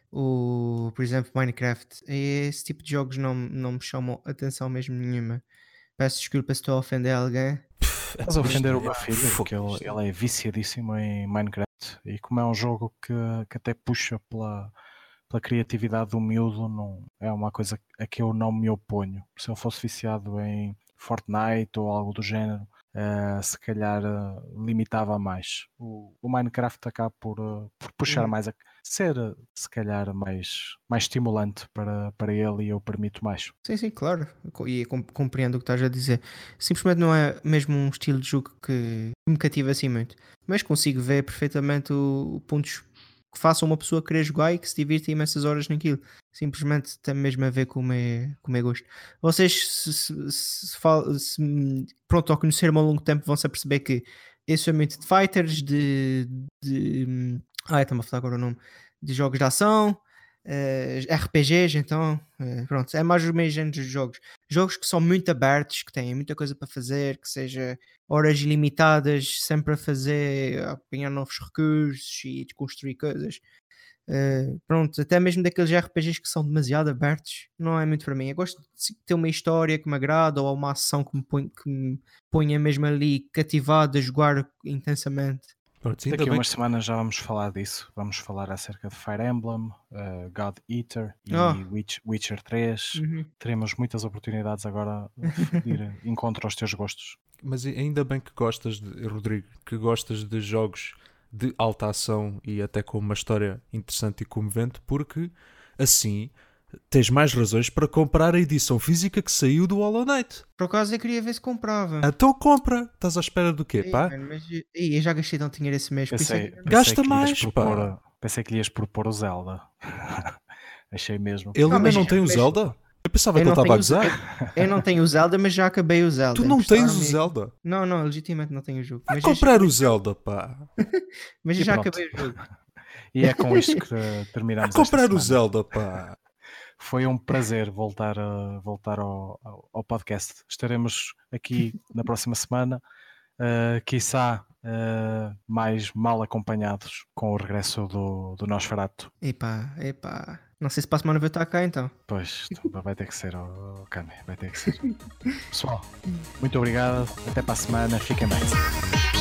o, por exemplo, Minecraft. E esse tipo de jogos não, não me chamam atenção mesmo nenhuma. Peço desculpa se estou a ofender alguém. Estás a ofender é, o meu filho, porque ele, ele é viciadíssimo em Minecraft e como é um jogo que, que até puxa pela, pela criatividade do miúdo, não, é uma coisa a que eu não me oponho. Se eu fosse viciado em Fortnite ou algo do género, uh, se calhar uh, limitava mais. O, o Minecraft acaba por, uh, por puxar Uhum. mais, a ser uh, se calhar mais, mais estimulante para, para ele e eu permito mais. Sim, sim, claro. Co- E com- compreendo o que estás a dizer. Simplesmente não é mesmo um estilo de jogo que me cativa assim muito. Mas consigo ver perfeitamente o, o pontos que façam uma pessoa querer jogar e que se divirta imensas horas naquilo. Simplesmente tem mesmo a ver com o meu, com o meu gosto. Vocês, se, se, se, fal- se- pronto, ao conhecer-me ao longo tempo, vão-se a perceber que eu sou muito de fighters, de. de ai, está-me a falar agora o nome. De jogos de ação. Uh, R P Gs, então, uh, pronto, é mais o meio género de jogos. Jogos que são muito abertos, que têm muita coisa para fazer, que seja horas ilimitadas, sempre a fazer, a apanhar novos recursos e construir coisas. Uh, pronto, até mesmo daqueles R P Gs que são demasiado abertos, não é muito para mim. Eu gosto de ter uma história que me agrada ou uma ação que me, põe, que me ponha mesmo ali cativado a jogar intensamente. Pronto, Daqui a bem umas que... semanas já vamos falar disso. Vamos falar acerca de Fire Emblem, uh, God Eater e Oh. Witch, Witcher três. Uhum. Teremos muitas oportunidades agora de ir encontro aos teus gostos. Mas ainda bem que gostas, de, Rodrigo, que gostas de jogos de alta ação e até com uma história interessante e comovente, porque assim tens mais razões para comprar a edição física que saiu do Hollow Knight. Por acaso eu queria ver se comprava. Então compra. Estás à espera do quê, Ei, pá? mano, mas eu, eu já gastei tanto dinheiro esse mês. Pensei, é que... pensei Gasta que mais, propor, pá. Pensei que lhe ias propor o Zelda. Achei mesmo. Ele Não, ainda mas- não tem o mas- Zelda? Eu pensava Eu que ele não estava a tenho o gozar. Eu não tenho o Zelda, mas já acabei o Zelda. Tu não tens o Emprestaram-me- Zelda? Não, não, legitimamente não tenho o jogo. Vai Mas eu já comprar acabei- o Zelda, pá. Mas eu E já pronto. acabei o jogo. E é com isto que Vai terminamos esta comprar semana. o Zelda, pá. Foi um prazer voltar, a, voltar ao, ao, ao podcast. Estaremos aqui na próxima semana, uh, quiçá uh, mais mal acompanhados com o regresso do, do Nosferatu. Epá, epá. Não sei se para a semana vou estar cá então. Pois, então vai ter que ser, oh, Cami, vai ter que ser. Pessoal, muito obrigado, até para a semana, fiquem bem.